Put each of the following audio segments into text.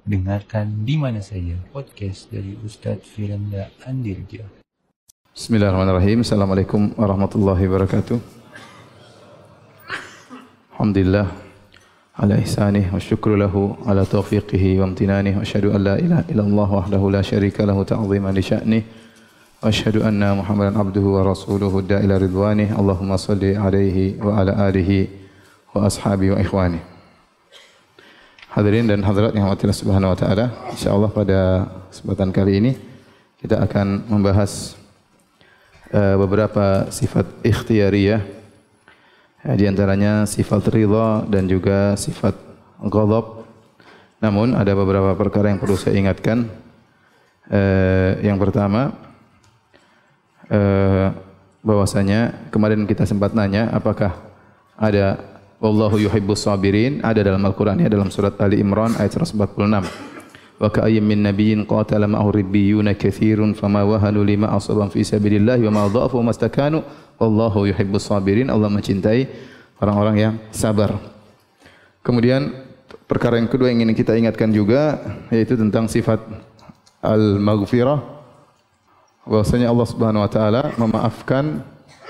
Dengarkan di mana saja podcast dari Ustadz Firanda Andirja. Bismillahirrahmanirrahim. Assalamualaikum warahmatullahi wabarakatuh. Alhamdulillah ala ihsanih wa syukru lahu ala taufiqihi wa amtinanih wa asyhadu an la ilaha illallah wahdahu la syarika lahu ta'ziman li sya'nih wa asyhadu anna Muhammadan abduhu wa rasuluhu da'ila ridwanih. Allahumma salli alaihi wa ala alihi wa ashabihi wa ikhwanih. Hadirin dan hadirat yang dirahmati Allah Subhanahu wa taala, insyaallah pada kesempatan kali ini kita akan membahas beberapa sifat ikhtiyariyah, di antaranya sifat ridha dan juga sifat ghadab. Namun ada beberapa perkara yang perlu saya ingatkan. Yang pertama, bahwasanya kemarin kita sempat nanya apakah ada wallahu yuhibbus sabirin, ada dalam Al-Qur'an ya, dalam surat Ali Imran ayat 146. Wa ka'ayyim min nabiyyin qatala ma'ahu ribbiyuna katsirun fama wahanu lima asabahum fi sabilillah wa ma dha'afu wa mastakanu wallahu yuhibbus sabirin. Allah mencintai orang-orang yang sabar. Kemudian perkara yang kedua yang ingin kita ingatkan juga yaitu tentang sifat al-maghfirah, bahwasanya Allah Subhanahu wa taala memaafkan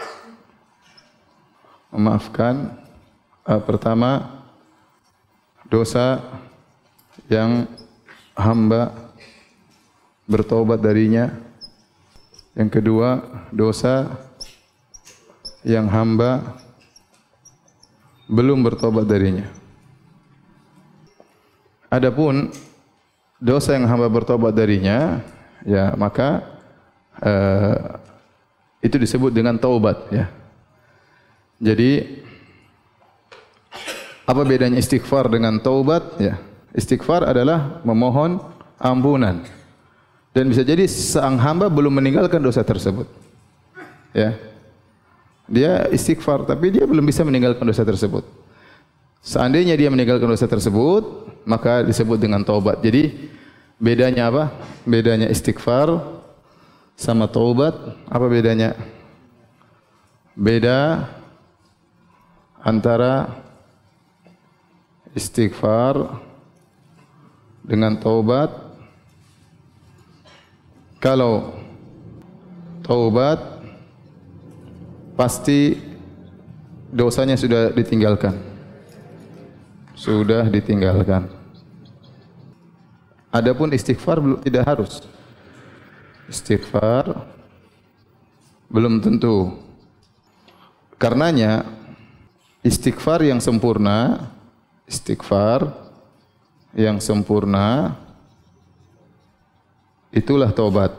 pertama dosa yang hamba bertaubat darinya. Yang kedua, dosa yang hamba belum bertobat darinya. Adapun dosa yang hamba bertobat darinya, ya maka itu disebut dengan taubat ya. Jadi apa bedanya istighfar dengan taubat? Ya, istighfar adalah memohon ampunan. Dan bisa jadi sang hamba belum meninggalkan dosa tersebut. Ya. Dia istighfar tapi dia belum bisa meninggalkan dosa tersebut. Seandainya dia meninggalkan dosa tersebut, maka disebut dengan taubat. Jadi bedanya apa? Bedanya istighfar sama taubat, apa bedanya? Beda antara istighfar dengan taubat. Kalau taubat pasti dosanya sudah ditinggalkan. Sudah ditinggalkan. Adapun istighfar tidak harus. Istighfar belum tentu. Karenanya istighfar yang sempurna itulah taubat.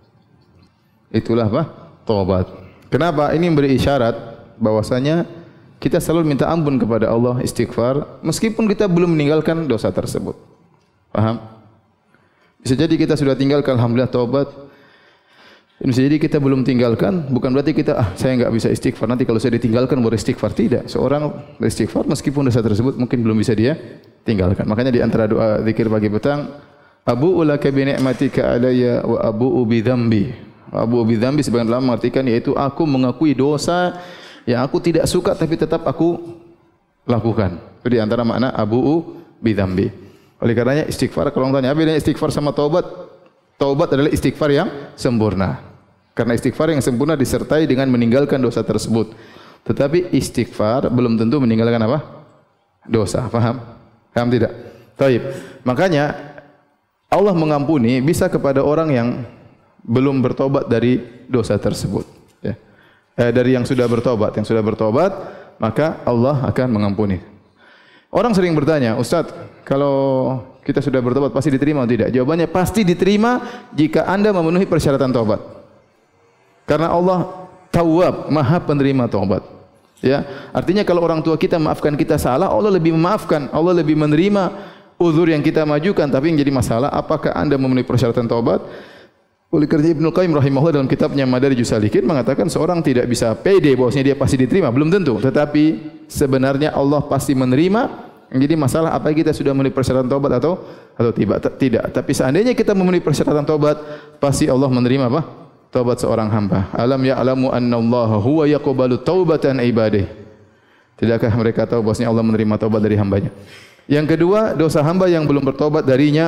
Itulah apa? Taubat. Kenapa? Ini memberi isyarat bahwasanya kita selalu minta ampun kepada Allah, istighfar meskipun kita belum meninggalkan dosa tersebut. Paham? Bisa jadi kita sudah tinggalkan, alhamdulillah taubat. Bisa jadi kita belum tinggalkan, bukan berarti kita saya enggak bisa istighfar, nanti kalau saya ditinggalkan baru istighfar. Tidak. Seorang beristighfar meskipun dosa tersebut mungkin belum bisa dia tinggalkan. Makanya di antara doa zikir pagi petang, abu'u laka bi ni'matika alayya wa abu'u bi dzambi. Abu'u bi dzambi sebagian ulama mengartikan yaitu aku mengakui dosa yang aku tidak suka tapi tetap aku lakukan. Itu di antara makna abu'u bi dzambi. Oleh karenanya istighfar, kalau orang tanya apa bedanya istighfar sama taubat? Taubat adalah istighfar yang sempurna. Karena istighfar yang sempurna disertai dengan meninggalkan dosa tersebut. Tetapi istighfar belum tentu meninggalkan apa? Dosa. Faham? Paham tidak? Taib. Makanya Allah mengampuni bisa kepada orang yang belum bertobat dari dosa tersebut. Ya. Dari yang sudah bertobat. Yang sudah bertobat, maka Allah akan mengampuni. Orang sering bertanya, Ustaz, kalau kita sudah bertobat pasti diterima atau tidak? Jawabannya pasti diterima jika Anda memenuhi persyaratan taubat. Karena Allah Tawwab, Maha penerima taubat. Ya, artinya kalau orang tua kita maafkan kita salah, Allah lebih memaafkan, Allah lebih menerima uzur yang kita majukan. Tapi yang jadi masalah, apakah Anda memenuhi persyaratan taubat? Oleh karena Ibnu Qayyim rahimahullah dalam kitabnya Madarijus Salikin mengatakan seorang tidak bisa pede bahwasanya dia pasti diterima, belum tentu. Tetapi sebenarnya Allah pasti menerima. Jadi masalah apa kita sudah memenuhi persyaratan taubat atau tidak. Tapi seandainya kita memenuhi persyaratan taubat, pasti Allah menerima apa? Taubat seorang hamba. Alam ya'lamu annallaha huwa yaqbalu taubatan ibadihi. Tidakkah mereka tahu bahwasanya Allah menerima taubat dari hambanya? Yang kedua, dosa hamba yang belum bertobat darinya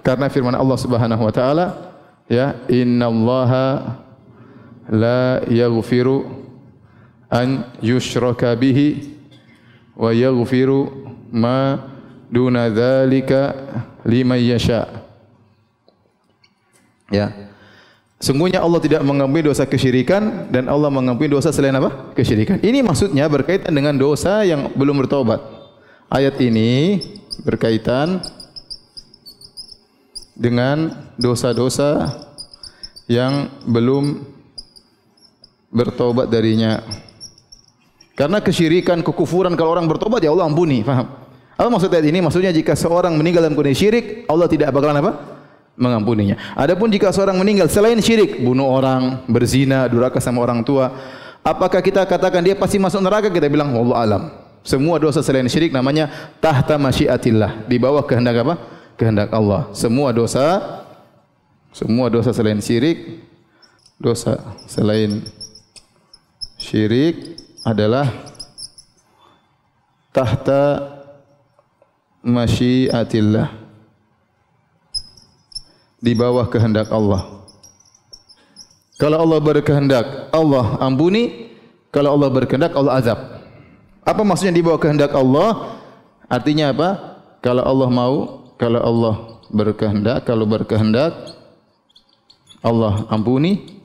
Karena firman Allah Subhanahu wa taala, ya, innallaha la yaghfiru an yushraka bihi wa yaghfiru ma duna dzalika liman yasha. Ya. Sungguhnya Allah tidak mengampuni dosa kesyirikan dan Allah mengampuni dosa selain apa? Kesyirikan. Ini maksudnya berkaitan dengan dosa yang belum bertobat. Ayat ini berkaitan dengan dosa-dosa yang belum bertobat darinya. Karena kesyirikan, kekufuran kalau orang bertobat ya Allah ampuni, paham? Apa maksud ayat ini? Maksudnya jika seorang meninggal dalam kondisi syirik, Allah tidak bakalan apa? Mengampuninya. Adapun jika seorang meninggal selain syirik, bunuh orang, berzina, durhaka sama orang tua, apakah kita katakan dia pasti masuk neraka? Kita bilang wallahu alam. Semua dosa selain syirik namanya tahta masyiatillah, di bawah kehendak apa? Kehendak Allah. Semua dosa selain syirik, dosa selain syirik adalah tahta masyiatillah, di bawah kehendak Allah. Kalau Allah berkehendak, Allah ampuni. Kalau Allah berkehendak, Allah azab. Apa maksudnya di bawah kehendak Allah? Artinya apa? Kalau Allah mau, kalau Allah berkehendak, kalau berkehendak Allah ampuni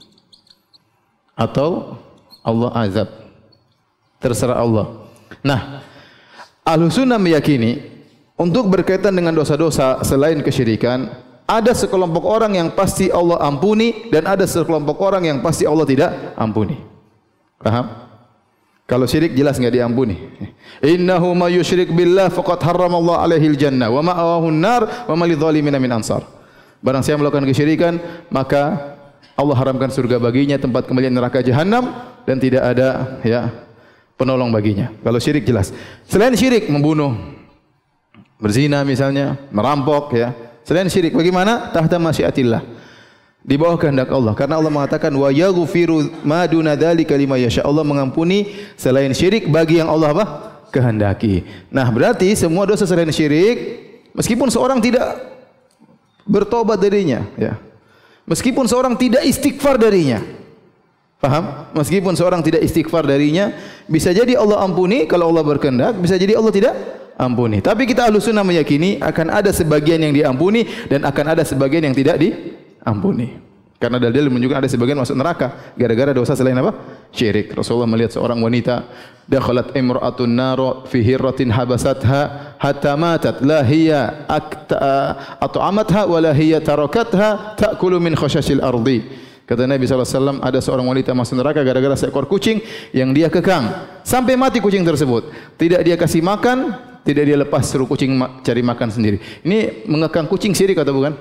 atau Allah azab. Terserah Allah. Nah, Ahlussunnah meyakini untuk berkaitan dengan dosa-dosa selain kesyirikan, ada sekelompok orang yang pasti Allah ampuni dan ada sekelompok orang yang pasti Allah tidak ampuni. Paham? Kalau syirik jelas enggak diampuni. Innahu may yusyrik billah faqad harramallahu alaihil jannah wa ma'awahun nar wa ma lidzalimin min ansar. Barang siapa melakukan kesyirikan, maka Allah haramkan surga baginya, tempat kembali neraka jahanam dan tidak ada ya penolong baginya. Kalau syirik jelas. Selain syirik, membunuh, berzina misalnya, merampok ya. Selain syirik bagaimana? Tahta masyiatillah. Di bawah kehendak Allah. Karena Allah mengatakan wa yaghfiru ma duna dzalika liman yasha. Allah mengampuni selain syirik bagi yang Allah apa? Kehendaki. Nah, berarti semua dosa selain syirik meskipun seorang tidak bertobat darinya ya. Meskipun seorang tidak istighfar darinya. Paham? Meskipun seorang tidak istighfar darinya, bisa jadi Allah ampuni kalau Allah berkehendak, bisa jadi Allah tidak ampuni. Tapi kita Ahlussunnah meyakini akan ada sebagian yang diampuni dan akan ada sebagian yang tidak diampuni. Karena dalil menunjukkan ada sebagian masuk neraka gara-gara dosa selain apa? Syirik. Rasulullah melihat seorang wanita, dakhalat imra'atun nar fi hirratin habasatha hatta matat la hiya at'amatha wa la hiya tarakatha ta'kulu min khashashil ardi. Kata Nabi SAW, ada seorang wanita masuk neraka gara-gara seekor kucing yang dia kekang sampai mati kucing tersebut. Tidak dia kasih makan, tidak dia lepas, suruh kucing cari makan sendiri. Ini mengekang kucing syirik atau bukan?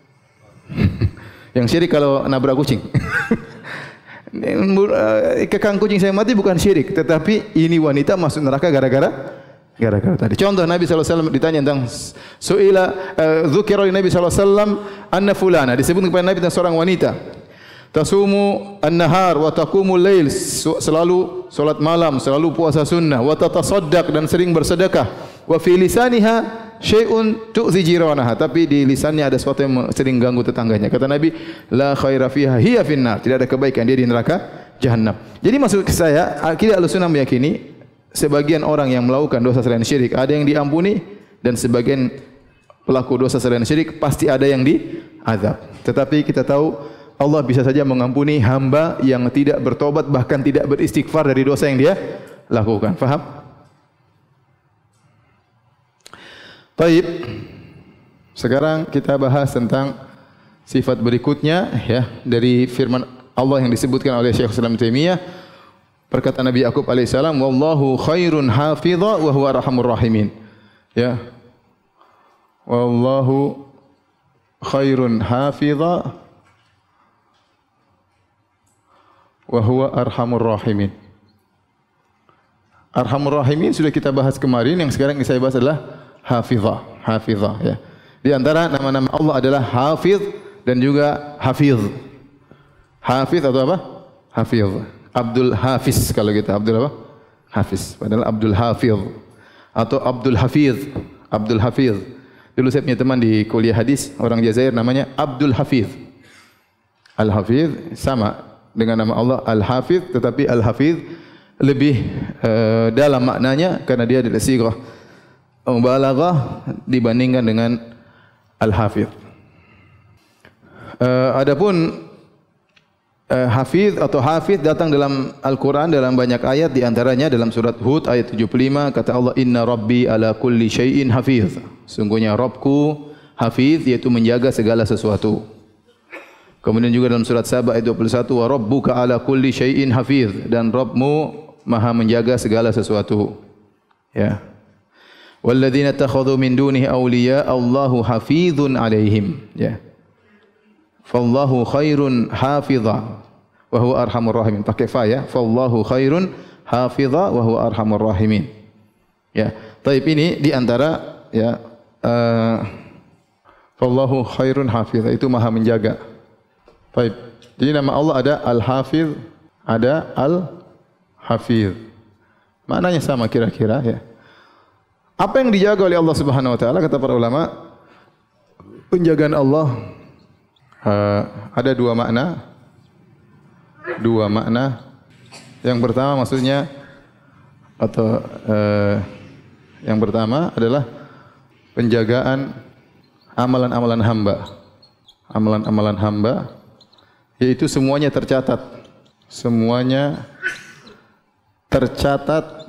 Yang syirik kalau nabrak kucing. Kekang kucing saya mati bukan syirik, tetapi ini wanita masuk neraka gara-gara tadi. Contoh Nabi SAW ditanya tentang dzukira Nabi SAW anna fulana, disebut kepada Nabi tentang seorang wanita. Tasumu an-nahar wa taqumul lail, selalu salat malam, selalu puasa sunnah, wa tatasaddaq dan sering bersedekah. Wa fi lisaniha syai'un tu'zi jiranaha, tapi di lisannya ada sesuatu yang sering ganggu tetangganya. Kata Nabi, la khaira fiha hiya finnar, tidak ada kebaikan dia di neraka jahanam. Jadi maksud saya, akidah Ahlussunnah meyakini sebagian orang yang melakukan dosa selain syirik ada yang diampuni dan sebagian pelaku dosa selain syirik pasti ada yang diazab. Tetapi kita tahu Allah bisa saja mengampuni hamba yang tidak bertobat bahkan tidak beristighfar dari dosa yang dia lakukan. Faham? Baik. Sekarang kita bahas tentang sifat berikutnya ya dari firman Allah yang disebutkan oleh Syekh Islam Taimiyah. Perkataan Nabi Yakub alaihissalam, wallahu khairun hafidha wa huwa arhamur rahimin. Ya. Wallahu khairun hafidha wa huwa arhamur rahimin. Arhamur rahimin sudah kita bahas kemarin, yang sekarang saya bahas adalah hafizah ya. Di antara nama-nama Allah adalah Hafiz dan juga Hafiz. Hafiz atau apa? Hafiz. Abdul Hafiz kalau kita Abdul apa? Hafiz. Padahal Abdul Hafiz atau Abdul Hafiz. Abdul Hafiz. Dulu saya punya teman di kuliah hadis, orang Jazair namanya Abdul Hafiz. Al-Hafiz sama dengan nama Allah Al-Hafiz, tetapi Al-Hafiz lebih dalam maknanya karena dia adalah sighah mubalaghah dibandingkan dengan Al-Hafiz. Adapun Hafiz atau Hafiz datang dalam Al-Quran dalam banyak ayat, di antaranya dalam surat Hud ayat 75 kata Allah, Inna Rabbi ala kulli syai'in hafiz. Sungguhnya Rabbku Hafiz, yaitu menjaga segala sesuatu. Kemudian juga dalam surat Saba ayat 21, wa rabbuka ala kulli syai'in hafiz, dan Rabbmu maha menjaga segala sesuatu. Ya. Walladzina takhadhu min dunihi awliya Allahu hafizun alaihim. Ya. Fallahu khairun hafidha wa huwa arhamur rahimin. Pakai fa ya. Fallahu khairun hafidha wa huwa arhamur rahimin. Ya. Taib ini di antara ya fallahu khairun hafidha, itu maha menjaga. Taib. Jadi nama Allah ada Al-Hafiz, ada Al-Hafiz. Maknanya sama kira-kira ya. Apa yang dijaga oleh Allah Subhanahu wa taala, kata para ulama, penjagaan Allah ada dua makna. Dua makna. Yang pertama maksudnya atau yang pertama adalah penjagaan amalan-amalan hamba. Amalan-amalan hamba, yaitu semuanya tercatat. Semuanya tercatat,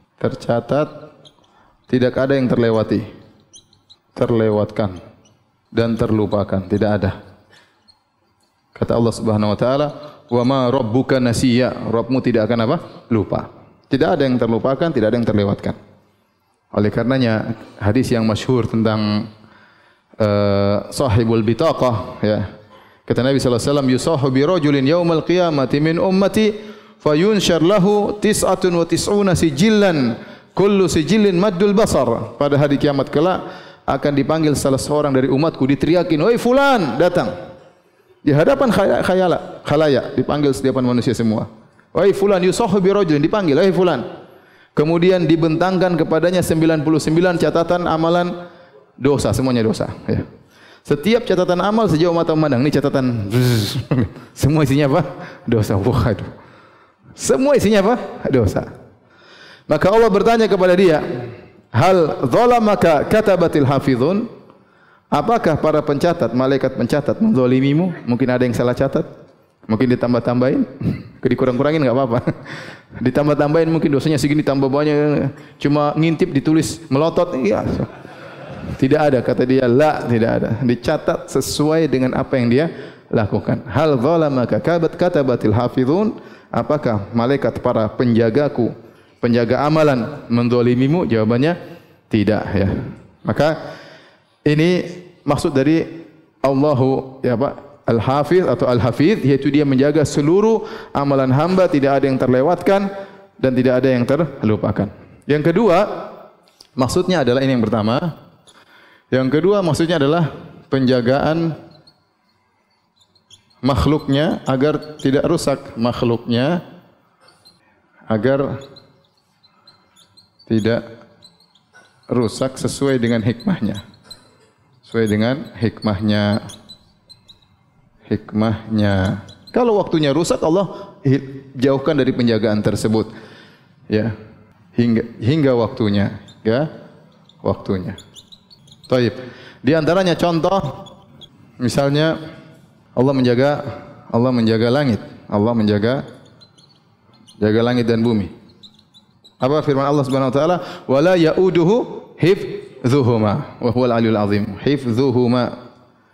tidak ada yang terlewati, terlewatkan dan terlupakan, tidak ada. Kata Allah Subhanahu wa taala, "Wa ma rabbuka nasiya." Rabbmu tidak akan apa? Lupa. Tidak ada yang terlupakan, tidak ada yang terlewatkan. Oleh karenanya hadis yang masyhur tentang sahibul bitaqah ya. Kata Nabi sallallahu alaihi wasallam, "Yusahu bi rajulin yaumal qiyamati min ummati fayunshar lahu 99 sijillan kullu sijillin maddul basar." Pada hari kiamat kelak akan dipanggil salah seorang dari umatku, diteriakin, "Wahai fulan, datang." Di hadapan khalayak, dipanggil setiap manusia semua. "Wahai fulan, yusahu bi rajulin," dipanggil, "Wahai fulan." Kemudian dibentangkan kepadanya 99 catatan amalan dosa, semuanya dosa ya. Setiap catatan amal sejauh mata memandang, ini catatan semua isinya apa? Dosa. Waduh. Semua isinya apa? Dosa. Maka Allah bertanya kepada dia, "Hal zalamaka katabatil hafizun?" Apakah para pencatat, malaikat pencatat menzalimimu? Mungkin ada yang salah catat, mungkin ditambah-tambahin, dikurang-kurangin enggak apa-apa. Ditambah-tambahin mungkin dosanya segini tambah banyak, cuma ngintip ditulis melotot, iya. Tidak ada, kata dia, la, tidak ada. Dicatat sesuai dengan apa yang dia lakukan. Hal zalamaka katabatil hafizun? Apakah malaikat para penjagaku, penjaga amalan menzalimimu? Jawabannya tidak ya. Maka ini maksud dari Allahu ya Pak, Al-Hafiz atau Al-Hafiz, yaitu dia menjaga seluruh amalan hamba, tidak ada yang terlewatkan dan tidak ada yang terlupakan. Yang kedua, maksudnya adalah ini yang pertama. Yang kedua maksudnya adalah penjagaan makhluknya agar tidak rusak, makhluknya agar tidak rusak sesuai dengan hikmahnya. Sesuai dengan hikmahnya. Kalau waktunya rusak, Allah jauhkan dari penjagaan tersebut. Ya. Hingga waktunya, ya. Waktunya. Taib. Di antaranya contoh, misalnya Allah menjaga langit. Allah menjaga langit dan bumi. Apa firman Allah Subhanahu wa taala? Wala yauduhu hifdzuhuma wa huwal aliyyul azim. Hifdzuhuma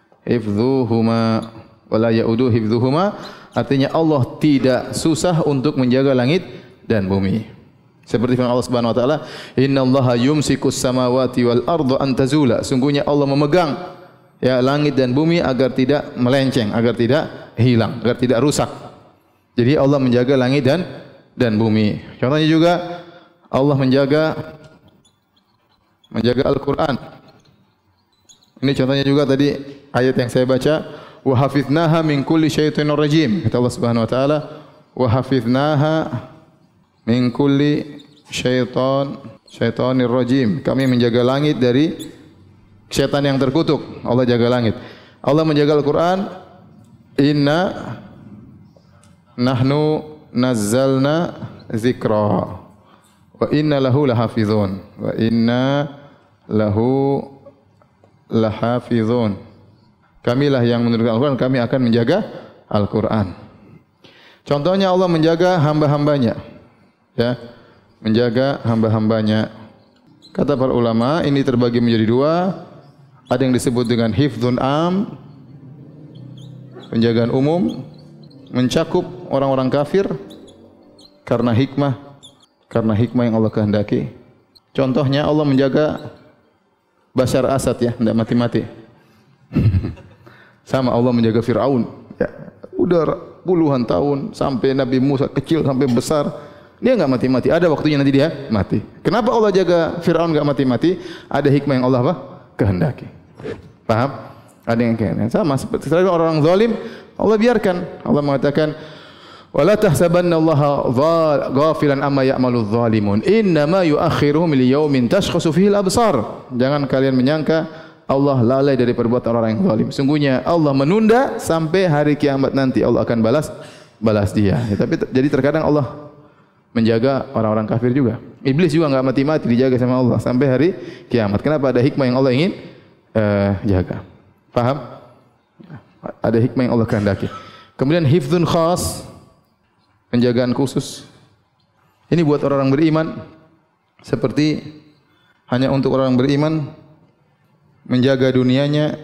wala yauduhu hifdzuhuma, artinya Allah tidak susah untuk menjaga langit dan bumi. Seperti firman Allah Subhanahu wa taala, "Innallaha yumsikus samawati wal arda an tazula." Sungguhnya Allah memegang ya langit dan bumi agar tidak melenceng, agar tidak hilang, agar tidak rusak. Jadi Allah menjaga langit dan bumi. Contohnya juga Allah menjaga Al-Qur'an. Ini contohnya juga tadi ayat yang saya baca, "Wa hafiznaha min kulli syaitonir rajim." Kata Allah Subhanahu wa taala, "Wa hafiznaha min kulli syaitonir rajim." Kami menjaga langit dari Syaitan yang terkutuk, Allah jaga langit. Allah menjaga Al-Quran. Inna nahnu nazzalna zikra wa inna lahu lahafizun. Wa inna lahu lahafizun. Kamilah yang menurunkan Al-Quran, kami akan menjaga Al-Quran. Contohnya Allah menjaga hamba-hambanya. Ya, menjaga hamba-hambanya. Kata para ulama, ini terbagi menjadi dua. Ada yang disebut dengan hifdzun am, penjagaan umum, mencakup orang-orang kafir karena hikmah yang Allah kehendaki. Contohnya Allah menjaga Bashar Asad, ya, tidak mati-mati. Sama Allah menjaga Fir'aun, ya, udah puluhan tahun sampai Nabi Musa kecil sampai besar, dia enggak mati-mati. Ada waktunya nanti dia mati. Kenapa Allah jaga Fir'aun enggak mati-mati? Ada hikmah yang Allah kehendaki. Paham? Ada yang kayak sama seperti orang zalim, Allah biarkan. Allah mengatakan, "Wala tahsabannallaha ghafilan amma ya'maludz zalimun. Innama yu'akhiruhum liyaumin tashkhasu fihi al-absar." Jangan kalian menyangka Allah lalai dari perbuatan orang yang zalim. Sungguhnya Allah menunda sampai hari kiamat nanti Allah akan balas dia. Ya, tapi jadi terkadang Allah menjaga orang-orang kafir juga. Iblis juga enggak mati-mati, dijaga sama Allah sampai hari kiamat. Kenapa? Ada hikmah yang Allah ingin jaga. Paham? Ada hikmah yang Allah kehendaki. Kemudian hifdzun khas, penjagaan khusus. Ini buat orang beriman, seperti hanya untuk orang beriman, menjaga dunianya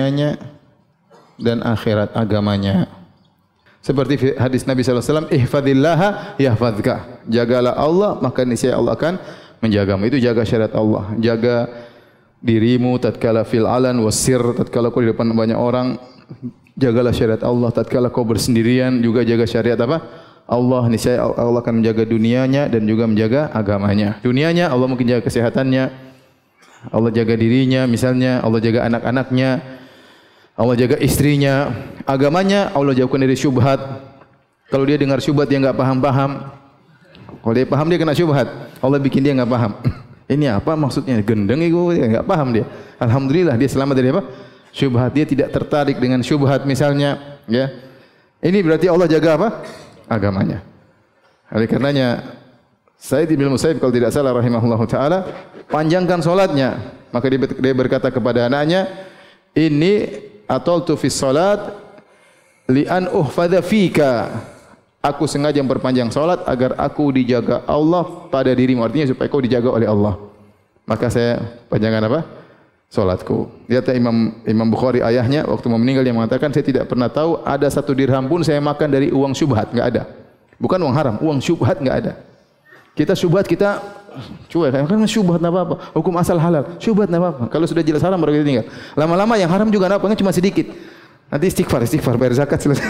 dan akhirat agamanya. Seperti hadis Nabi sallallahu alaihi wasallam, ihfadzillaha yahfadzka. Jagalah Allah, maka niscaya Allah akan menjagamu. Itu jaga syariat Allah, jaga dirimu tatkala fil alan wasir, tatkala kau di depan banyak orang, jagalah syariat Allah. Tatkala kau bersendirian juga jaga syariat apa? Allah. Niscaya Allah akan menjaga dunianya dan juga menjaga agamanya. Dunianya Allah mungkin jaga kesehatannya, Allah jaga dirinya, misalnya Allah jaga anak-anaknya, Allah jaga istrinya. Agamanya Allah jauhkan dari syubhat. Kalau dia dengar syubhat dia enggak paham-paham. Kalau dia paham dia kena syubhat, Allah bikin dia enggak paham. Ini apa maksudnya? Gendeng itu enggak paham dia. Alhamdulillah dia selamat dari apa? Syubhat. Dia tidak tertarik dengan syubhat misalnya, ya. Ini berarti Allah jaga apa? Agamanya. Oleh karenanya Sa'id bin Musayyib kalau tidak salah rahimahullahu taala panjangkan salatnya. Maka dia berkata kepada anaknya, "Inni ataltu fis salat li an uhfadha fika." Aku sengaja memperpanjang salat agar aku dijaga Allah pada dirimu. Artinya supaya kau dijaga oleh Allah. Maka saya panjangkan apa? Salatku. Lihat Imam Bukhari, ayahnya waktu mau meninggal, dia mengatakan, saya tidak pernah tahu ada 1 dirham pun saya makan dari uang syubhat, enggak ada. Bukan uang haram, uang syubhat enggak ada. Kita syubhat kita cuek, kan syubhat enggak apa-apa. Hukum asal halal, syubhat enggak apa-apa. Kalau sudah jelas haram baru kita tinggal. Lama-lama yang haram juga enggak apa-apa, cuma sedikit. Nanti istighfar, bayar zakat selesai.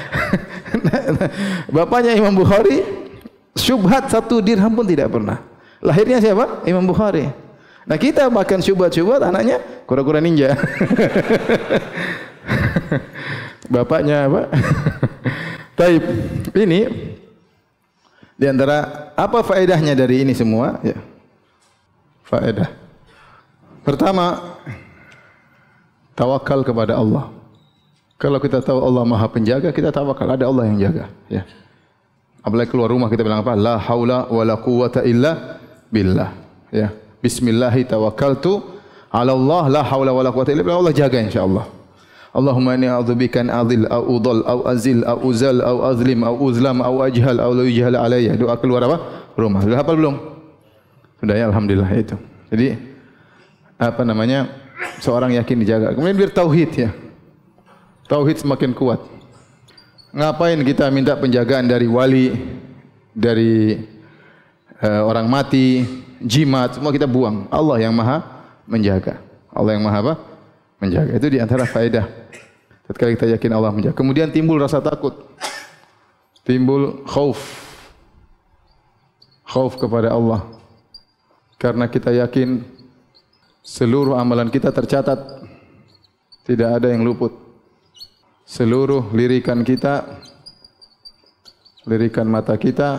Bapaknya Imam Bukhari syubhat 1 dirham pun tidak pernah. Lahirnya siapa? Imam Bukhari. Nah kita makan syubhat-syubhat, anaknya kura-kura ninja. Bapaknya apa? Taib. Ini di antara apa faedahnya dari ini semua? Ya. Faedah. Pertama, tawakal kepada Allah. Kalau kita tahu Allah Maha Penjaga, kita tawakal, ada Allah yang jaga, ya. Apalagi keluar rumah kita bilang apa? La haula wala quwwata illa billah, ya. Bismillahi tawakkaltu ala Allah, la haula wala quwwata illa billah. Allah jaga insyaallah. Allahumma inni a'udzubika an adhil au udhal au azil au uzal au azlim au uzlam au ajhal au la yujhal alayya. Doa keluar apa? Rumah. Sudah hafal belum? Sudah, ya, alhamdulillah itu. Jadi apa namanya? Seorang yakin dijaga. Kemudian biar tauhid, ya. Tauhid semakin kuat. Ngapain kita minta penjagaan dari wali, dari orang mati, jimat, semua kita buang. Allah yang Maha menjaga. Allah yang Maha apa? Menjaga. Itu di antara faedah. Tatkala kita yakin Allah menjaga. Kemudian timbul rasa takut. Timbul khauf. Khauf kepada Allah. Karena kita yakin seluruh amalan kita tercatat. Tidak ada yang luput. Seluruh lirikan kita, lirikan mata kita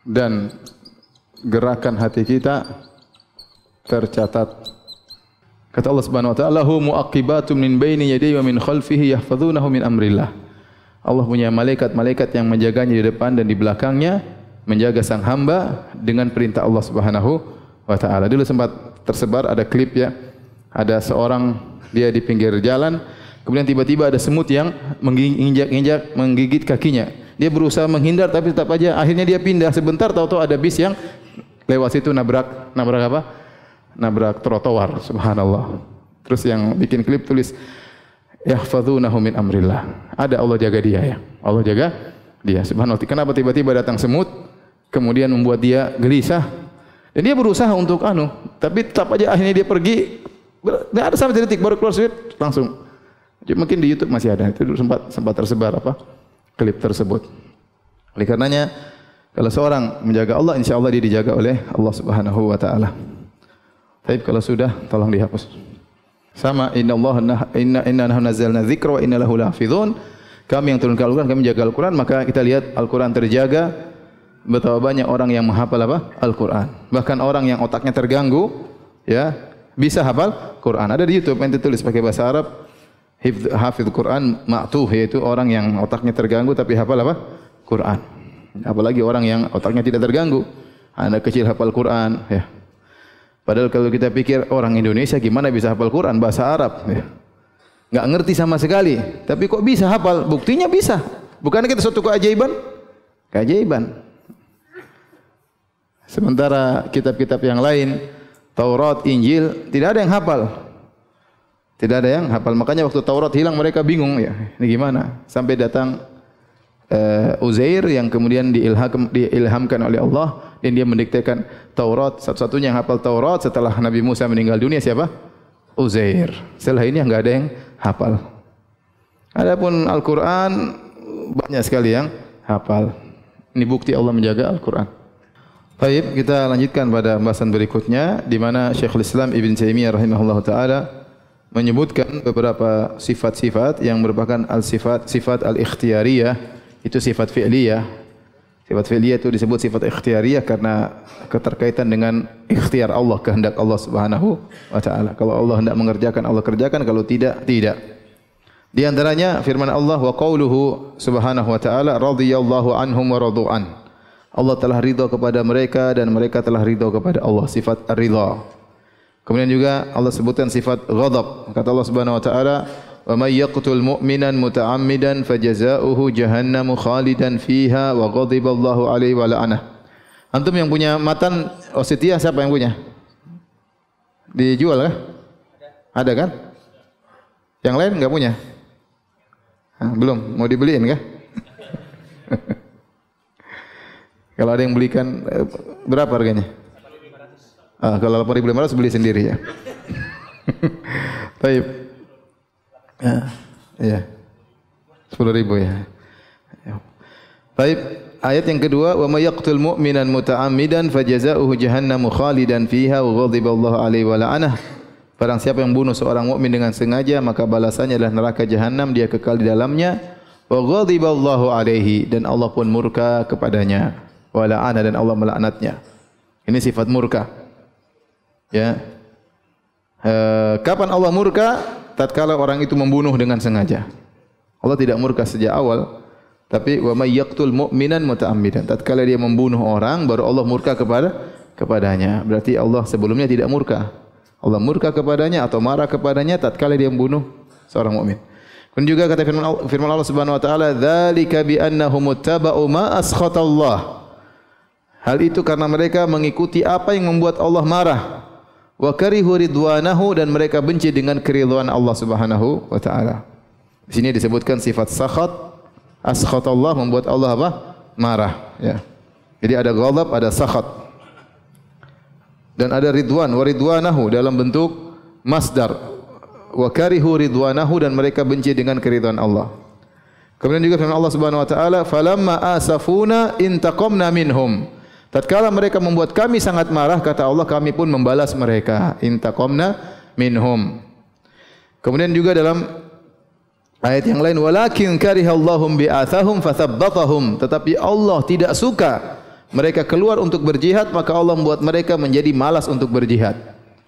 dan gerakan hati kita tercatat Kata Allah Subhanahu wa taala, "Lahu mu'aqibatun min baini yadayhi wa min khalfihi yahfazunahu min amrillah." Allah punya malaikat-malaikat yang menjaganya di depan dan di belakangnya, menjaga sang hamba dengan perintah Allah Subhanahu wa taala. Dulu sempat tersebar ada klip ya. Ada seorang dia di pinggir jalan, kemudian tiba-tiba ada semut yang menginjak-injak, menggigit kakinya. Dia berusaha menghindar tapi tetap aja akhirnya dia pindah sebentar, tahu-tahu ada bis yang lewat situ nabrak apa? Nabrak trotoar, subhanallah. Terus yang bikin klip tulis yahfazunahu min amrillah. Ada Allah jaga dia ya. Allah jaga dia. Subhanallah. Kenapa tiba-tiba datang semut kemudian membuat dia gelisah? Dan dia berusaha untuk tapi tetap aja akhirnya dia pergi. Enggak ada sampai detik baru keluar suit langsung. Mungkin di YouTube masih ada. Itu sempat tersebar klip tersebut. Oleh karenanya kalau seorang menjaga Allah, insya Allah dia dijaga oleh Allah Subhanahu wa taala. Baik, kalau sudah tolong dihapus. Sama inna nahnu nazzalna dzikra wa inna lahu lahafizun. Kami yang turunkan Al-Qur'an, kami menjaga Al-Qur'an, maka kita lihat Al-Qur'an terjaga. Betapa banyak orang yang menghafal Al-Qur'an. Bahkan orang yang otaknya terganggu ya, bisa hafal Qur'an. Ada di YouTube yang ditulis pakai bahasa Arab, hafiz Qur'an ma'tuh, yaitu orang yang otaknya terganggu tapi hafal Qur'an. Apalagi orang yang otaknya tidak terganggu. Anak kecil hafal Qur'an ya. Padahal kalau kita pikir orang Indonesia gimana bisa hafal Quran bahasa Arab ya. Enggak ngerti sama sekali, tapi kok bisa hafal? Buktinya bisa. Bukannya kita suatu keajaiban? Keajaiban. Sementara kitab-kitab yang lain, Taurat, Injil, tidak ada yang hafal. Tidak ada yang hafal. Makanya waktu Taurat hilang mereka bingung ya. Ini gimana? Sampai datang Uzair yang kemudian diilhamkan oleh Allah dan dia mendiktekan Taurat. Satu-satunya yang hafal Taurat setelah Nabi Musa meninggal dunia siapa? Uzair. Setelah ini enggak ada yang hafal. Adapun Al-Qur'an banyak sekali yang hafal. Ini bukti Allah menjaga Al-Qur'an. Baik, kita lanjutkan pada pembahasan berikutnya di mana Syekhul Islam Ibn Taimiyah rahimahullahu taala menyebutkan beberapa sifat-sifat yang merupakan sifat al-ikhtiyariyah. Itu sifat fi'liyah. Sifat fi'liyah itu disebut sifat ikhtiyariyah karena keterkaitan dengan ikhtiar Allah, kehendak Allah Subhanahu wa taala. Kalau Allah hendak mengerjakan, Allah kerjakan, kalau tidak, tidak. Di antaranya firman Allah wa qauluhu subhanahu wa taala radhiyallahu anhum wa radu'an. Allah telah ridha kepada mereka dan mereka telah ridha kepada Allah, sifat ar-ridha. Kemudian juga Allah sebutkan sifat ghadab. Kata Allah Subhanahu wa taala, "Wa may yaqtul mu'minan muta'ammidan fajazaohu jahannamu khalidan fiha wa ghadiballahu alaihi wa la'anah." Antum yang punya matan Osetia siapa yang punya? Dijual kah? Ada kan? Yang lain enggak punya? Belum, mau dibeliin kah? Kalau ada yang belikan berapa harganya? Kalau 8.500 beli sendiri ya. Baik. Ya. 10.000 ya. Baik, ayat yang kedua, wa may yaqtul mu'minan muta'ammidan fajazaohu jahannamu khalidan fiha wa ghadiballahu alaihi wa la'anah. Barang siapa yang bunuh seorang mukmin dengan sengaja, maka balasannya adalah neraka jahanam, dia kekal di dalamnya. Wa ghadiballahu alaihi, dan Allah pun murka kepadanya. Wa la'ana, dan Allah melaknatnya. Ini sifat murka. Ya. Kapan Allah murka? Tatkala orang itu membunuh dengan sengaja. Allah tidak murka sejak awal, tapi wa may yaqtul mu'minan muta'ammidan. Tatkala dia membunuh orang, baru Allah murka kepadanya. Berarti Allah sebelumnya tidak murka. Allah murka kepadanya atau marah kepadanya tatkala dia membunuh seorang mukmin. Dan juga kata firman Allah Subhanahu wa taala, "Dzalika bi annahum muttaba'u ma askhatallah." Hal itu karena mereka mengikuti apa yang membuat Allah marah. Wa karihu ridwanahu, dan mereka benci dengan keridhaan Allah Subhanahu wa taala. Di sini disebutkan sifat sakhat. Askhatallah, membuat Allah apa? Marah, ya. Jadi ada ghadab, ada sakhat. Dan ada ridwan, wa ridwanahu dalam bentuk masdar. Wa karihu ridwanahu, dan mereka benci dengan keridhaan Allah. Kemudian juga firman Allah Subhanahu wa taala, "Falamma asafuna intaqamna minhum." Tatkala mereka membuat kami sangat marah, kata Allah, kami pun membalas mereka. Intaqamna minhum. Kemudian juga dalam ayat yang lain, walakin karihallahum bi'athahum fathabbatahum. Tetapi Allah tidak suka mereka keluar untuk berjihad, maka Allah membuat mereka menjadi malas untuk berjihad.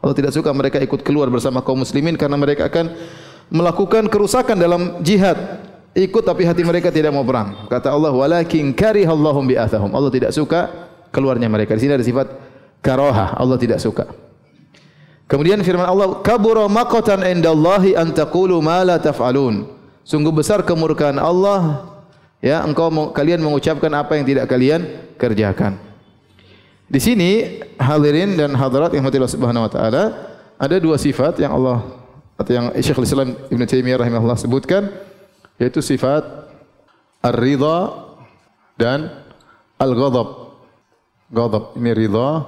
Allah tidak suka mereka ikut keluar bersama kaum muslimin karena mereka akan melakukan kerusakan dalam jihad. Ikut tapi hati mereka tidak mau perang. Kata Allah, walakin karihallahum bi'athahum. Allah tidak suka keluarnya mereka. Di sini ada sifat karaha. Allah tidak suka. Kemudian firman Allah, kabura maqatan indallahi an taqulu ma la taf'alun. Sungguh besar kemurkaan Allah, ya, kalian mengucapkan apa yang tidak kalian kerjakan. Di sini hadirin dan hadirat yang Allah Subhanahu wa taala, ada dua sifat yang Allah atau yang Syekhul Islam Ibnu Taimiyah rahimahullah sebutkan, yaitu sifat ar-ridha dan al-ghadab. Ghadab ini ridha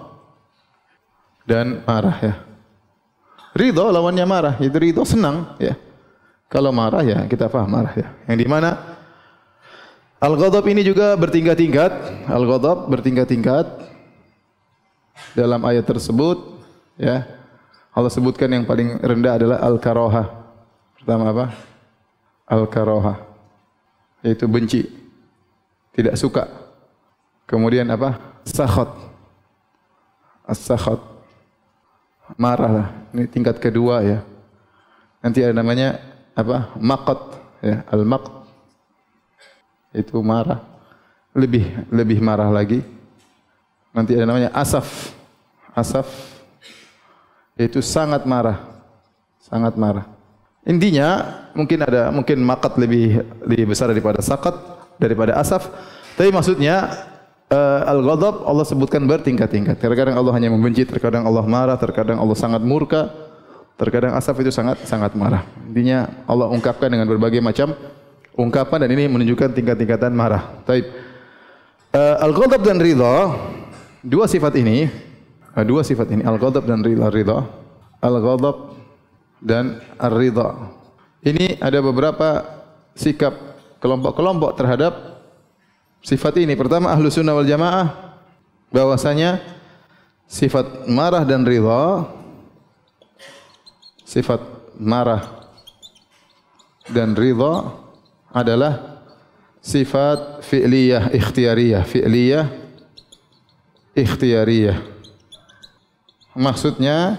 dan marah, ya. Ridha lawannya marah, itu ridha senang, ya. Kalau marah, ya kita paham marah, ya. Yang di mana al-ghadab ini juga bertingkat-tingkat. Al-ghadab bertingkat-tingkat dalam ayat tersebut, ya. Allah sebutkan yang paling rendah adalah al-karaha. Pertama apa? Al-karaha, yaitu benci, tidak suka. Kemudian apa? Sakhat. As-sakhat, marah lah. Ini tingkat kedua, ya. Nanti ada namanya apa? Maqat, ya. Al-maqt, itu marah, lebih marah lagi. Nanti ada namanya asaf. Asaf yaitu sangat marah, sangat marah. Intinya mungkin maqat lebih besar daripada sakat, daripada asaf. Tapi maksudnya al-ghadab Allah sebutkan bertingkat-tingkat. Terkadang Allah hanya membenci, terkadang Allah marah, terkadang Allah sangat murka, terkadang asaf itu sangat marah. Intinya Allah ungkapkan dengan berbagai macam ungkapan dan ini menunjukkan tingkat-tingkatan marah. Taib. Al-ghadab dan ridha, dua sifat ini, al-ghadab dan ridha, al-ghadab dan ar-ridha. Ini ada beberapa sikap kelompok-kelompok terhadap sifat ini. Pertama, ahlu sunnah wal jamaah bahwasanya sifat marah dan ridha, sifat marah dan ridha adalah sifat fi'liyah ikhtiyariyah. Maksudnya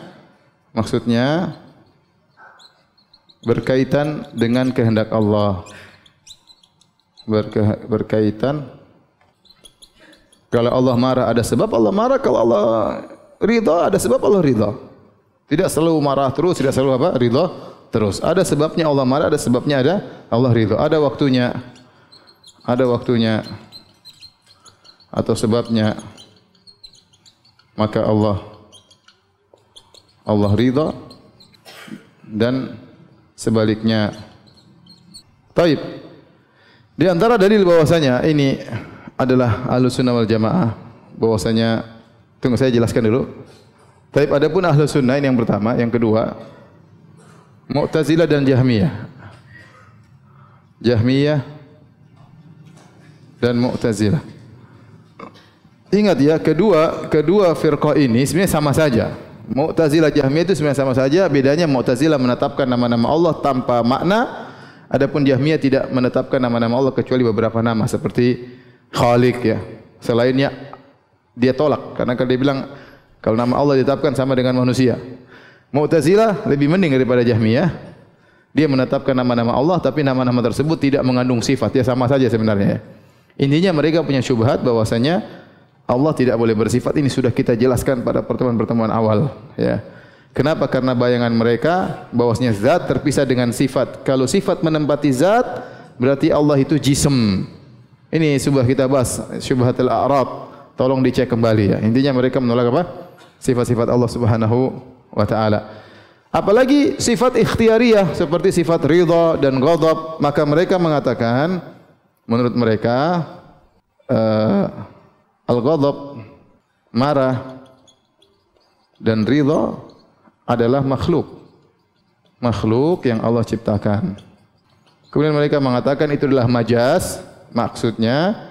berkaitan dengan kehendak Allah. Berkaitan, kalau Allah marah ada sebab Allah marah, kalau Allah ridha ada sebab Allah ridha. Tidak selalu marah terus, tidak selalu apa? Ridha terus. Ada sebabnya Allah marah, ada sebabnya ada Allah ridha. Ada waktunya atau sebabnya, maka Allah ridha dan sebaliknya. Taib. Di antara dalil bahwasanya ini adalah Ahlussunnah wal Jamaah, bahwasanya, tunggu saya jelaskan dulu. Taib, adapun Ahlussunnah ini yang pertama, yang kedua Mu'tazilah dan Jahmiyah. Jahmiyah dan Mu'tazilah. Ingat ya, kedua firqah ini sebenarnya sama saja. Mu'tazilah Jahmiyah itu sebenarnya sama saja, bedanya Mu'tazilah menetapkan nama-nama Allah tanpa makna. Adapun Jahmiyah tidak menetapkan nama-nama Allah kecuali beberapa nama seperti Khaliq, ya. Selainnya dia tolak karena dia bilang kalau nama Allah ditetapkan sama dengan manusia. Mu'tazilah lebih mending daripada Jahmiyah. Dia menetapkan nama-nama Allah tapi nama-nama tersebut tidak mengandung sifat, ya sama saja sebenarnya. Intinya mereka punya syubhat bahwasanya Allah tidak boleh bersifat. Ini sudah kita jelaskan pada pertemuan-pertemuan awal, ya. Kenapa? Karena bayangan mereka bahwasanya zat terpisah dengan sifat. Kalau sifat menempati zat, berarti Allah itu jism. Ini sudah kita bahas, syubhatul a'rab. Tolong dicek kembali, ya. Intinya mereka menolak apa? Sifat-sifat Allah Subhanahu wa taala. Apalagi sifat ikhtiyariyah seperti sifat ridha dan ghadab, maka mereka mengatakan menurut mereka al-ghadab, marah, dan ridha adalah makhluk yang Allah ciptakan. Kemudian mereka mengatakan itu adalah majaz, maksudnya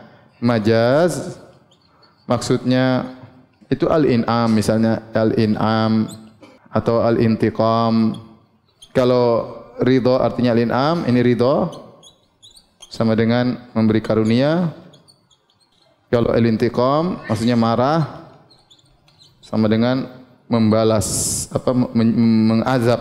itu al-in'am, misalnya al-in'am atau al-intiqam. Kalau ridha artinya al-in'am, ini ridha sama dengan memberi karunia. Kalau al-intiqam maksudnya marah, sama dengan membalas, mengazab.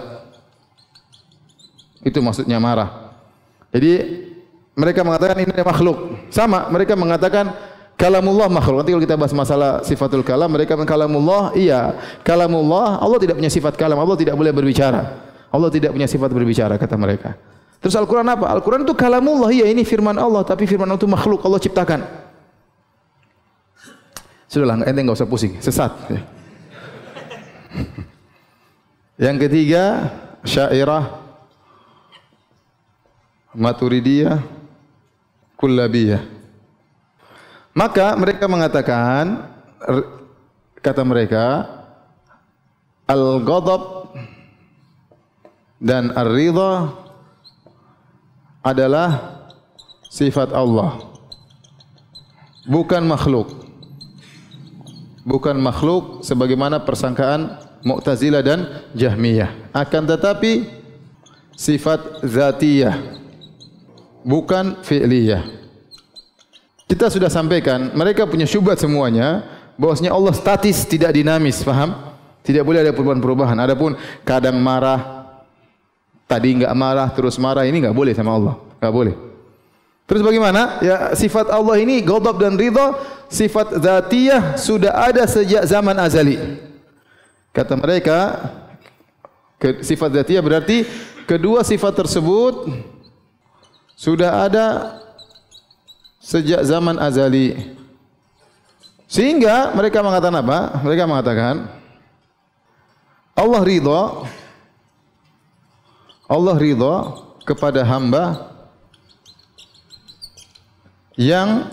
Itu maksudnya marah. Jadi mereka mengatakan ini makhluk. Sama, mereka mengatakan kalamullah makhluk. Nanti kalau kita bahas masalah sifatul kalam, mereka mengatakan kalamullah, iya, kalamullah, Allah tidak punya sifat kalam, Allah tidak boleh berbicara. Allah tidak punya sifat berbicara, kata mereka. Terus Al-Quran apa? Al-Quran itu kalamullah, iya, ini firman Allah, tapi firman Allah itu makhluk, Allah ciptakan. Sudahlah, ente enggak usah pusing, sesat. Yang ketiga, Syairah, Maturidiyah, Kullabiyah. Maka mereka mengatakan, kata mereka, Al-Ghadab dan Ar-Ridha adalah sifat Allah, bukan makhluk. Bukan makhluk sebagaimana persangkaan Mu'tazilah dan Jahmiyah. Akan tetapi sifat zatiyah, bukan fi'liyah. Kita sudah sampaikan, mereka punya syubhat semuanya bahwasanya Allah statis, tidak dinamis, paham? Tidak boleh ada perubahan-perubahan. Adapun kadang marah, tadi enggak marah, terus marah, ini enggak boleh sama Allah. Enggak boleh. Terus bagaimana? Ya, sifat Allah ini ghadab dan ridha, sifat zatiyah sudah ada sejak zaman azali. Kata mereka, sifat zatiyah berarti kedua sifat tersebut sudah ada sejak zaman azali. Sehingga mereka mengatakan apa? Mereka mengatakan Allah ridha kepada hamba yang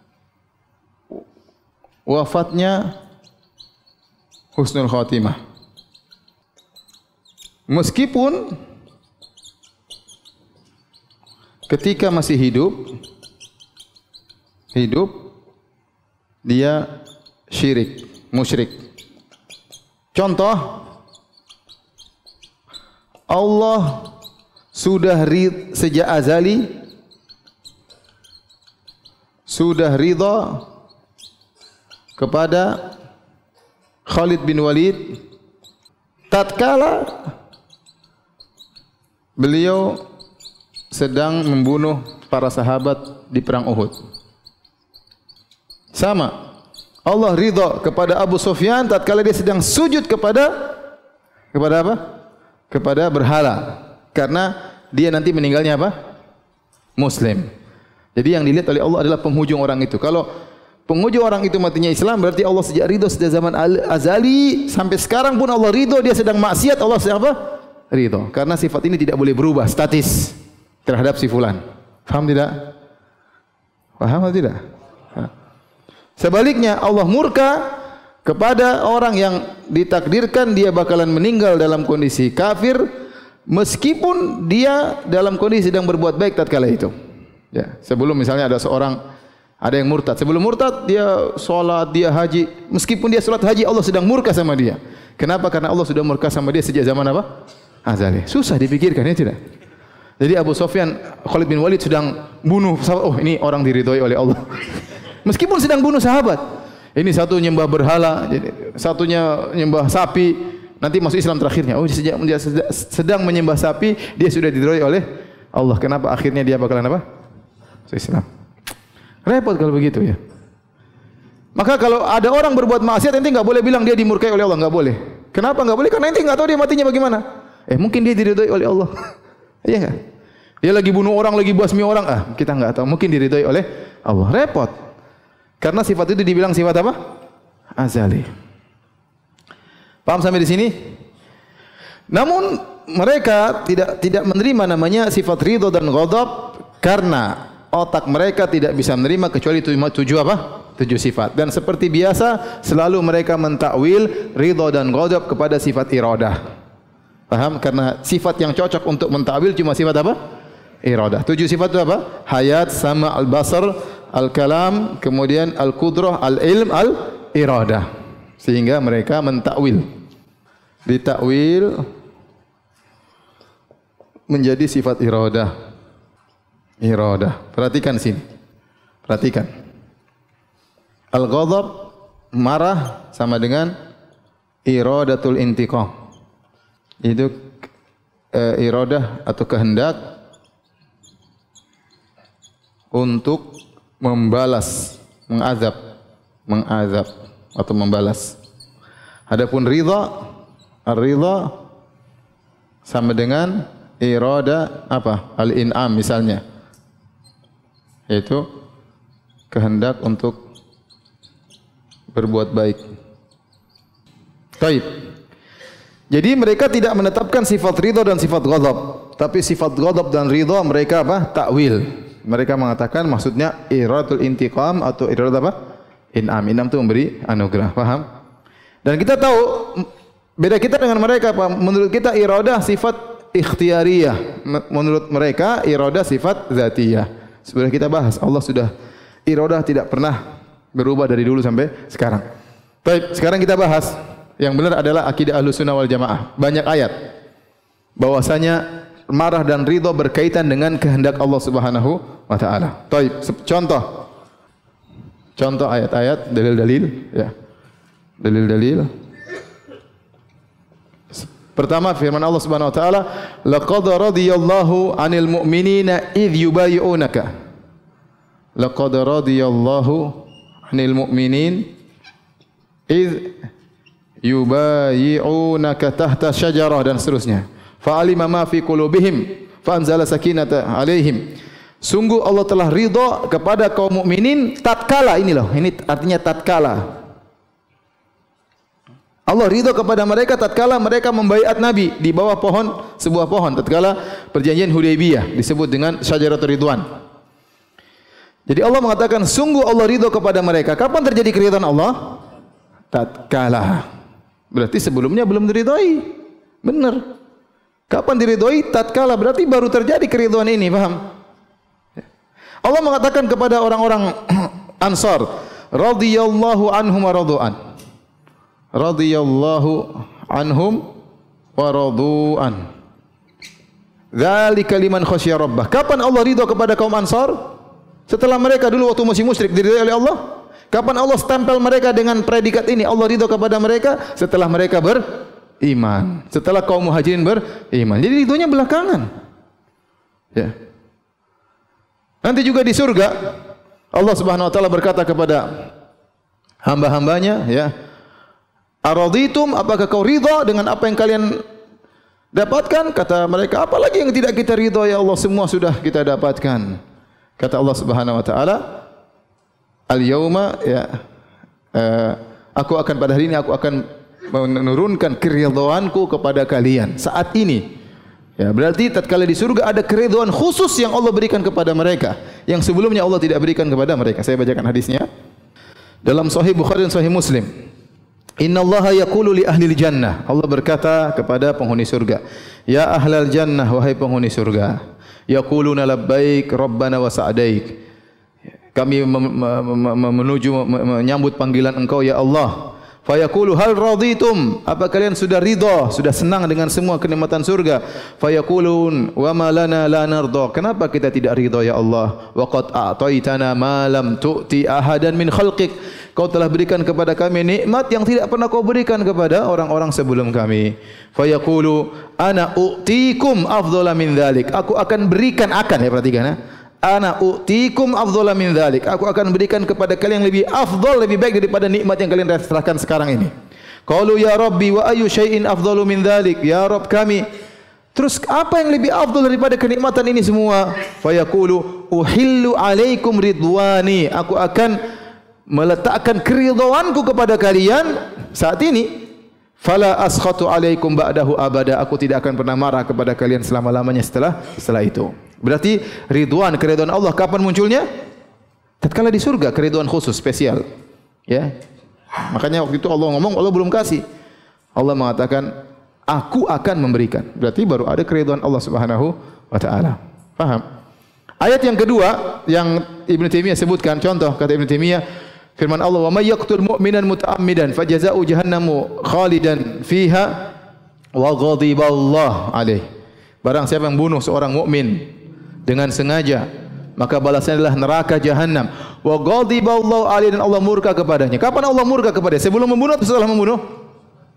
wafatnya husnul khatimah. Meskipun ketika masih hidup dia syirik, musyrik. Contoh, Allah sudah sejak azali sudah ridha kepada Khalid bin Walid tatkala beliau sedang membunuh para sahabat di perang Uhud. Sama, Allah ridha kepada Abu Sufyan tatkala dia sedang sujud kepada apa? Kepada berhala, karena dia nanti meninggalnya apa? Muslim. Jadi yang dilihat oleh Allah adalah penghujung orang itu. Kalau penghujung orang itu matinya Islam, berarti Allah sejak ridho sejak zaman azali sampai sekarang pun Allah ridho, dia sedang maksiat, Allah sedang apa? Ridho. Karena sifat ini tidak boleh berubah, statis terhadap si fulan. Faham tidak? Paham atau tidak? Sebaliknya Allah murka kepada orang yang ditakdirkan dia bakalan meninggal dalam kondisi kafir, meskipun dia dalam kondisi sedang berbuat baik tatkala itu. Ya, sebelum misalnya ada yang murtad. Sebelum murtad dia salat, dia haji. Meskipun dia salat haji, Allah sedang murka sama dia. Kenapa? Karena Allah sudah murka sama dia sejak zaman apa? Azali. Susah dipikirkan, ya tidak? Jadi Abu Sufyan, Khalid bin Walid sedang bunuh sahabat. Oh, ini orang diridhoi oleh Allah. Meskipun sedang bunuh sahabat. Ini satu nyembah berhala, satunya nyembah sapi. Nanti masuk Islam terakhirnya. Oh, sejak dia sedang menyembah sapi, dia sudah diridhoi oleh Allah. Kenapa akhirnya dia bakalan apa? Islam. Repot kalau begitu ya. Maka kalau ada orang berbuat maksiat, ente enggak boleh bilang dia dimurkai oleh Allah, enggak boleh. Kenapa enggak boleh? Karena ente enggak tahu dia matinya bagaimana. Mungkin dia diridhoi oleh Allah. Iya enggak? Dia lagi bunuh orang, lagi basmi orang, kita enggak tahu. Mungkin diridhoi oleh Allah. Repot. Karena sifat itu dibilang sifat apa? Azali. Paham sampai di sini? Namun mereka tidak menerima namanya sifat ridho dan ghadab karena otak mereka tidak bisa menerima kecuali tujuh sifat. Dan seperti biasa selalu mereka mentakwil ridha dan ghadab kepada sifat iradah. Paham? Karena sifat yang cocok untuk mentakwil cuma sifat apa? Iradah. 7 sifat itu apa? Hayat, sama, al-basar, al-kalam, kemudian al-qudrah, al-ilm, al-iradah. Sehingga mereka mentakwil. Ditakwil menjadi sifat iradah. Perhatikan sini. Perhatikan. Al-ghadab, marah, sama dengan iradatul intiqam. Itu iradah atau kehendak untuk membalas, mengazab atau membalas. Adapun ridha, ar-ridha sama dengan irada apa? Al-in'am misalnya. Yaitu kehendak untuk berbuat baik. Baik. Jadi mereka tidak menetapkan sifat ridha dan sifat ghadab, tapi sifat ghadab dan ridha mereka apa? Takwil. Mereka mengatakan maksudnya iradatul intiqam atau iradat apa? In'am. In'am itu memberi anugerah. Paham? Dan kita tahu beda kita dengan mereka apa? Menurut kita iradah sifat ikhtiyariyah. Menurut mereka iradah sifat zatiyah. Sudah kita bahas. Allah sudah iradah tidak pernah berubah dari dulu sampai sekarang. Baik, sekarang kita bahas. Yang benar adalah akidah Ahlussunnah wal Jamaah. Banyak ayat bahwasanya marah dan ridha berkaitan dengan kehendak Allah Subhanahu wa taala. Baik, contoh ayat-ayat, dalil-dalil ya. Dalil-dalil. Pertama firman Allah Subhanahu wa taala, "Laqad radiyallahu 'anil mu'minina idh yubayyi'unaka." Laqad radiyallahu 'anil mu'minin idh yubayyi'unaka tahta syajarah dan seterusnya. Fa'alima ma fi qulubihim fa anzala sakinata 'alaihim. Sungguh Allah telah ridha kepada kaum mukminin tatkala ini loh, ini artinya tatkala. Allah ridha kepada mereka tatkala mereka membaiat Nabi di bawah pohon, sebuah pohon tatkala perjanjian Hudaybiyah disebut dengan Syajaratul Ridwan. Jadi Allah mengatakan sungguh Allah ridha kepada mereka. Kapan terjadi keridhaan Allah? Tatkala. Berarti sebelumnya belum diridhai. Benar. Kapan diridhai? Tatkala. Berarti baru terjadi keridhaan ini, paham? Allah mengatakan kepada orang-orang Ansar, radhiyallahu anhum wa radu'an. Radhiyallahu anhum wa radu'an. Dzalika liman khasyya rabbah. Kapan Allah ridha kepada kaum Ansar? Setelah mereka dulu waktu masih musyrik diridhai oleh Allah. Kapan Allah stempel mereka dengan predikat ini? Allah ridha kepada mereka setelah mereka beriman. Setelah kaum muhajirin beriman. Jadi ridhonya belakangan. Ya. Nanti juga di surga Allah Subhanahu wa taala berkata kepada hamba-hambanya, ya. Araditum, apakah kau ridha dengan apa yang kalian dapatkan? Kata mereka, apalagi yang tidak kita ridha ya Allah, semua sudah kita dapatkan. Kata Allah Subhanahu wa taala, al-yauma ya aku akan pada hari ini aku akan menurunkan keridhaanku kepada kalian saat ini. Ya, berarti tatkala di surga ada keridhaan khusus yang Allah berikan kepada mereka yang sebelumnya Allah tidak berikan kepada mereka. Saya bacakan hadisnya. Dalam Sahih Bukhari dan Sahih Muslim. Innallaha yaqulu li ahlil jannah. Allah berkata kepada penghuni surga, "Ya ahlal jannah, wahai penghuni surga. Yaquluna labbaik rabbana wa sa'daik." Kami menyambut panggilan Engkau ya Allah. Fa yaqulu hal raditum? Apa kalian sudah ridha, sudah senang dengan semua kenikmatan surga? Fa yaqulun wa ma lana la narda? Kenapa kita tidak ridha ya Allah? Wa qad a'taitana ma lam tu'ti ahadan min khalqik. Kau telah berikan kepada kami nikmat yang tidak pernah Kau berikan kepada orang-orang sebelum kami. Fa yaqulu ana u'tikum afdhala min dzalik. Aku akan berikan ya perhatikan ya. Ana u'tikum afdhala min dzalik. Aku akan berikan kepada kalian yang lebih afdal, lebih baik daripada nikmat yang kalian rasakan sekarang ini. Qalu ya Rabbi wa ayyu syai'in afdalu min dzalik? Ya Rabb kami. Terus apa yang lebih afdal daripada kenikmatan ini semua? Fa yaqulu uhillu alaikum ridwani. Aku akan meletakkan keridhaanku kepada kalian saat ini. Fala askhatu alaikum ba'dahu abada. Aku tidak akan pernah marah kepada kalian selama-lamanya setelah itu. Berarti keridhaan Allah kapan munculnya? Tatkala di surga, keridhaan khusus spesial. Ya. Makanya waktu itu Allah ngomong, Allah belum kasih. Allah mengatakan, aku akan memberikan. Berarti baru ada keridhaan Allah Subhanahu wa taala. Paham? Ayat yang kedua yang Ibnu Taimiyah sebutkan, contoh kata Ibnu Taimiyah, firman Allah, "Wa may yaqtul mu'minan muta'ammidan fajazaa'u jahannamu khalidan fiha wa ghadiballahu alaihi." Barang siapa yang bunuh seorang mukmin dengan sengaja, maka balasnya adalah neraka jahanam. Wa ghadiballahu alaihi, dan Allah murka kepadanya. Kapan Allah murka kepadanya? Sebelum membunuh atau setelah membunuh?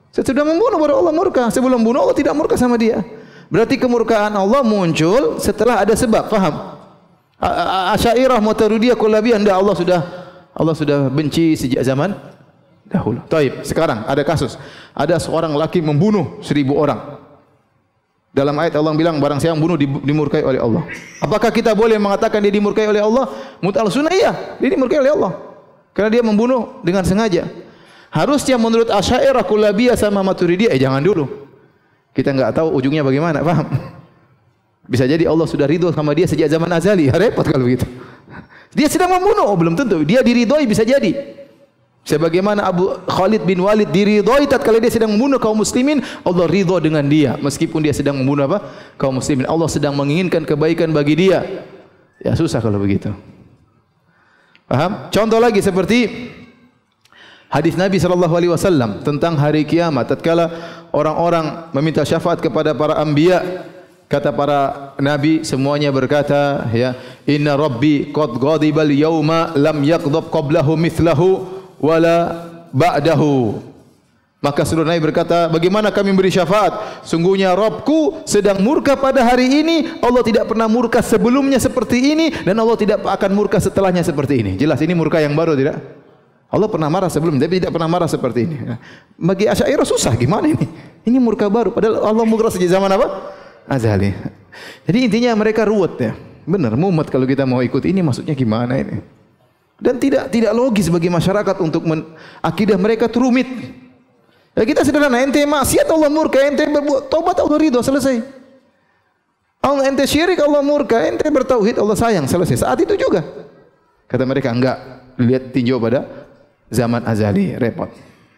Sesudah membunuh baru Allah murka. Sebelum bunuh Allah tidak murka sama dia. Berarti kemurkaan Allah muncul setelah ada sebab. Faham? Asy'ariyah, Maturidiyah, Kullabiyah, Allah sudah benci sejak zaman dahulu. Taib. Sekarang ada kasus. Ada seorang laki membunuh 1000 orang. Dalam ayat Allah bilang barang siapa yang bunuh dimurkai oleh Allah. Apakah kita boleh mengatakan dia dimurkai oleh Allah? Menurut Ahlussunnah iya, dia dimurkai oleh Allah. Karena dia membunuh dengan sengaja. Harusnya menurut Asy'ariyah, Kullabiyah sama Maturidiyah jangan dulu. Kita enggak tahu ujungnya bagaimana, paham? Bisa jadi Allah sudah ridho sama dia sejak zaman azali. Repot kalau begitu. Dia sedang membunuh, belum tentu. Dia diridhoi bisa jadi. Sebagaimana Abu Khalid bin Walid diridhoi tatkala dia sedang membunuh kaum muslimin, Allah ridho dengan dia meskipun dia sedang membunuh apa? Kaum muslimin. Allah sedang menginginkan kebaikan bagi dia. Ya susah kalau begitu. Paham? Contoh lagi seperti hadis Nabi sallallahu alaihi wasallam tentang hari kiamat tatkala orang-orang meminta syafaat kepada para anbiya. Kata para nabi semuanya berkata, ya, inna rabbi qad ghadibal yauma lam yaghdab qablahu mithlahu wala ba'dahu. Maka seluruh nabi berkata, bagaimana kami beri syafaat? Sungguhnya Rabbku sedang murka pada hari ini. Allah tidak pernah murka sebelumnya seperti ini dan Allah tidak akan murka setelahnya seperti ini. Jelas ini murka yang baru tidak? Allah pernah marah sebelumnya tapi tidak pernah marah seperti ini. Bagi Asy'ariyah susah gimana ini? Ini murka baru padahal Allah murka sejak zaman apa? Azali. Jadi intinya mereka ruwet ya. Benar, mumet kalau kita mau ikut ini maksudnya gimana ini? Dan tidak logis bagi masyarakat untuk akidah mereka itu rumit. Ya kita sederhana, ente maksiat Allah murka, ente berbuat taubat Allah ridho, selesai. Allah ente syirik Allah murka, ente bertauhid Allah sayang, selesai. Saat itu juga. Kata mereka enggak, lihat tinjau pada zaman azali, repot.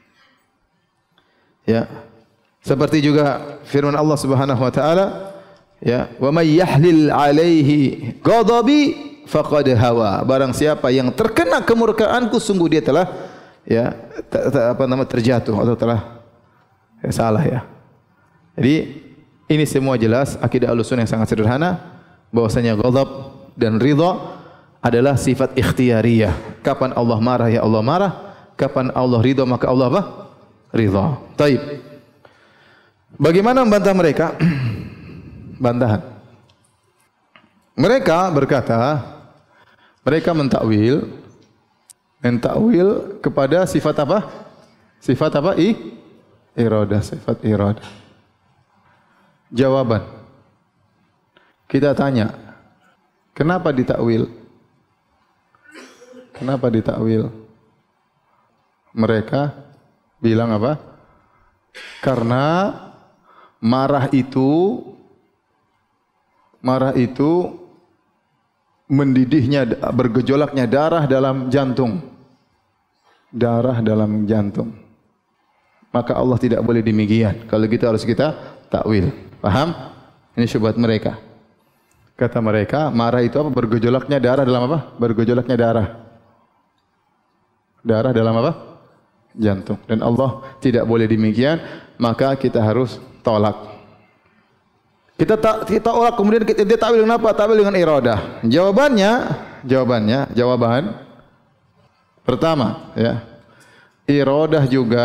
Ya. Seperti juga firman Allah Subhanahu wa taala, ya, wa may yahlil alaihi ghadabi faqad hawa. Barang siapa yang terkena kemurkaanku sungguh dia telah ya terjatuh atau telah salah ya. Jadi ini semua jelas akidah Ahlussunnah yang sangat sederhana bahwasanya ghadab dan ridha adalah sifat ikhtiyariyah. Kapan Allah marah ya Allah marah, kapan Allah ridha maka Allah apa? Ridha. Taib. Bagaimana membantah mereka? Bantahan. Mereka berkata, mereka mentakwil kepada sifat apa? Sifat apa? Iradah, sifat iradah. Jawaban. Kita tanya, kenapa ditakwil? Kenapa ditakwil? Mereka bilang apa? Karena marah itu mendidihnya, bergejolaknya darah dalam jantung. Darah dalam jantung. Maka Allah tidak boleh demikian. Kalau gitu harus kita takwil. Paham? Ini syubhat mereka. Kata mereka, marah itu apa? Bergejolaknya darah dalam apa? Bergejolaknya darah. Darah dalam apa? Jantung. Dan Allah tidak boleh demikian, maka kita harus tolak. Kita tolak kemudian kita takwil dengan apa? Takwil dengan iradah. Jawaban pertama ya. Iradah juga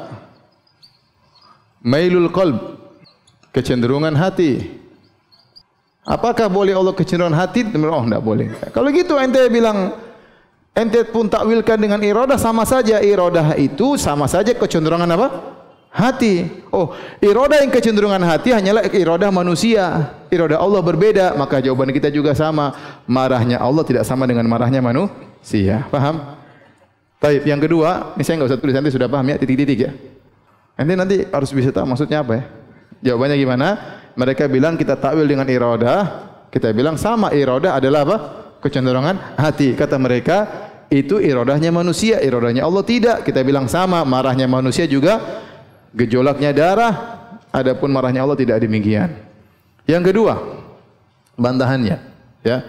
mailul qalb, kecenderungan hati. Apakah boleh Allah kecenderungan hati? Oh, enggak boleh. Kalau gitu ente bilang ente pun takwilkan dengan iradah sama saja. Iradah itu sama saja kecenderungan apa? Hati. Oh, iradah yang kecenderungan hati hanyalah iradah manusia. Iradah Allah berbeda, maka jawaban kita juga sama. Marahnya Allah tidak sama dengan marahnya manusia. Paham? Baik, yang kedua, ini saya enggak usah tulis, nanti sudah paham ya, titik-titik ya. Nanti harus bisa tahu maksudnya apa ya. Jawabannya gimana? Mereka bilang kita takwil dengan iradah, kita bilang sama iradah adalah apa? Kecenderungan hati. Kata mereka, itu iradahnya manusia, iradahnya Allah tidak. Kita bilang sama, marahnya manusia juga gejolaknya darah, adapun marahnya Allah tidak demikian. Yang kedua, bantahannya, ya.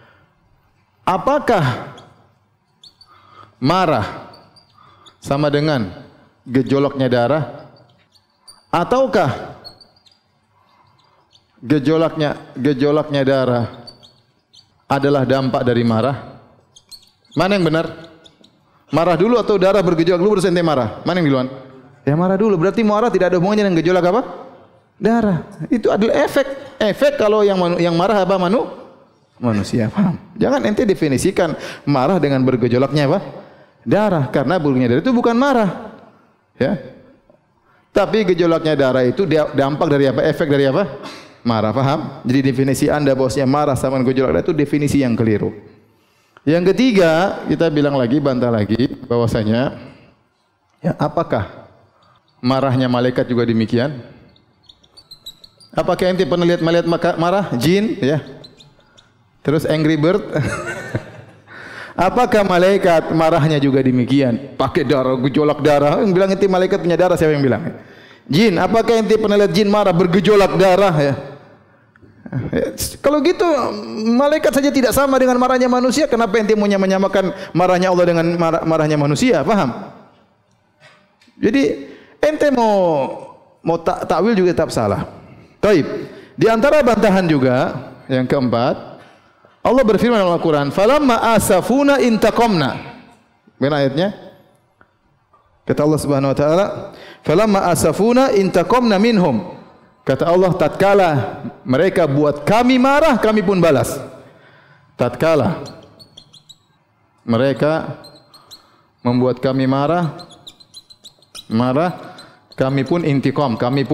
Apakah marah sama dengan gejolaknya darah ataukah gejolaknya darah adalah dampak dari marah? Mana yang benar? Marah dulu atau darah bergejolak dulu baru ente marah? Mana yang duluan? Ya marah dulu. Berarti marah tidak ada hubungannya dengan gejolak apa? Darah. Itu adalah efek kalau yang marah apa manusia. Paham? Jangan ente definisikan marah dengan bergejolaknya apa? Darah. Karena bergejolaknya darah itu bukan marah. Ya. Tapi gejolaknya darah itu dampak dari apa? Efek dari apa? Marah. Paham? Jadi definisi Anda bahwasanya marah sama gejolak darah itu definisi yang keliru. Yang ketiga, kita bilang lagi, bantah lagi bahwasanya ya, apakah marahnya malaikat juga demikian? Apakah ente pernah lihat malaikat marah? Jin, ya. Terus Angry Bird. Apakah malaikat marahnya juga demikian? Pakai darah, gejolak darah. Yang bilang ente malaikat punya darah, siapa yang bilang? Jin, apakah ente pernah lihat jin marah bergejolak darah, ya? Kalau gitu malaikat saja tidak sama dengan marahnya manusia, kenapa ente mau menyamakan marahnya Allah dengan marahnya manusia? Paham? Jadi ente mau takwil juga tetap salah. Taib. Di antara bantahan juga yang keempat, Allah berfirman dalam Al-Qur'an, "Falamma asafuna intaqamna." Mana ayatnya? Kata Allah Subhanahu wa taala, "Falamma asafuna intaqamna minhum." Kata Allah, tatkala mereka buat kami marah, kami pun balas. Tatkala mereka membuat kami marah, kami pun intiqam,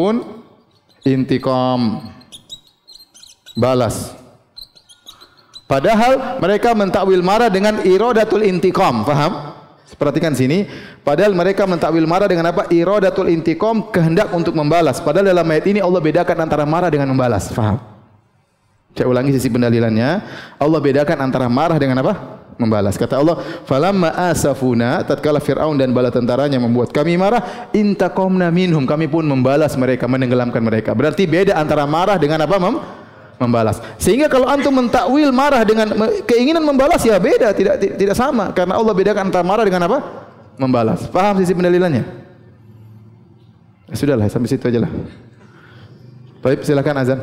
balas. Padahal mereka mentakwil marah dengan iradatul intiqam, paham? Perhatikan sini, padahal mereka mentakwil marah dengan apa? Iradatul intiqam, kehendak untuk membalas. Padahal dalam ayat ini Allah bedakan antara marah dengan membalas, paham? Saya ulangi sisi pendalilannya, Allah bedakan antara marah dengan apa? Membalas. Kata Allah, "Falamma asafuna," tatkala Firaun dan bala tentaranya membuat kami marah, intaqamna minhum, kami pun membalas mereka, menenggelamkan mereka. Berarti beda antara marah dengan apa? Membalas. Sehingga kalau antum mentakwil marah dengan keinginan membalas, ya beda, tidak sama, karena Allah bedakan antara marah dengan apa? Membalas. Paham sisi pendalilannya? Ya, sudahlah, sampai situ aja lah. Baik, silakan azan.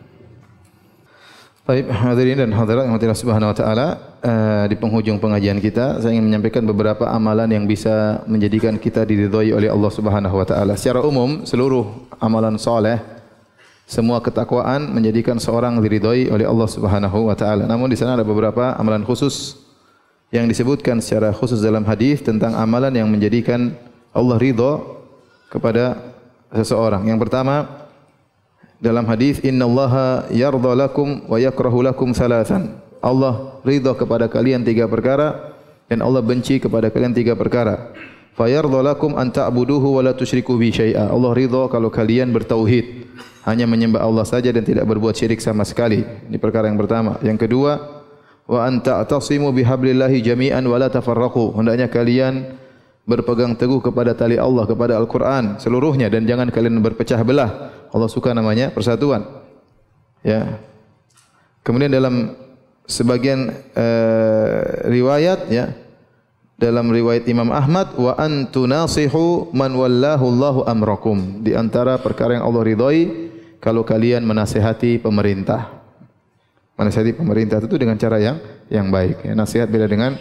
Baik, hadirin dan hadirat yang Allah Subhanahu wa taala, di penghujung pengajian kita saya ingin menyampaikan beberapa amalan yang bisa menjadikan kita diridhai oleh Allah Subhanahu wa taala. Secara umum, seluruh amalan saleh, semua ketakwaan menjadikan seorang diridhai oleh Allah Subhanahu wa taala. Namun di sana ada beberapa amalan khusus yang disebutkan secara khusus dalam hadis tentang amalan yang menjadikan Allah ridha kepada seseorang. Yang pertama, dalam hadis, innallaha yardha lakum wa yakrahu lakum thalathan. Allah ridha kepada kalian 3 perkara dan Allah benci kepada kalian 3 perkara. Fa yardha lakum an ta'buduhu wa la tusyriku bi syai'a. Allah ridha kalau kalian bertauhid, hanya menyembah Allah saja dan tidak berbuat syirik sama sekali. Ini perkara yang pertama. Yang kedua, wa an ta'tasimu bihablillahi jami'an wa la tafarraqu. Hendaknya kalian berpegang teguh kepada tali Allah, kepada Al-Qur'an seluruhnya, dan jangan kalian berpecah belah. Allah suka namanya persatuan. Ya. Kemudian dalam sebagian riwayat, ya, dalam riwayat Imam Ahmad, wa antunasihu man wallahu Allahu amrakum. Di antara perkara yang Allah ridhai kalau kalian menasihati pemerintah. Menasihati pemerintah itu dengan cara yang baik. Ya, nasihat beda dengan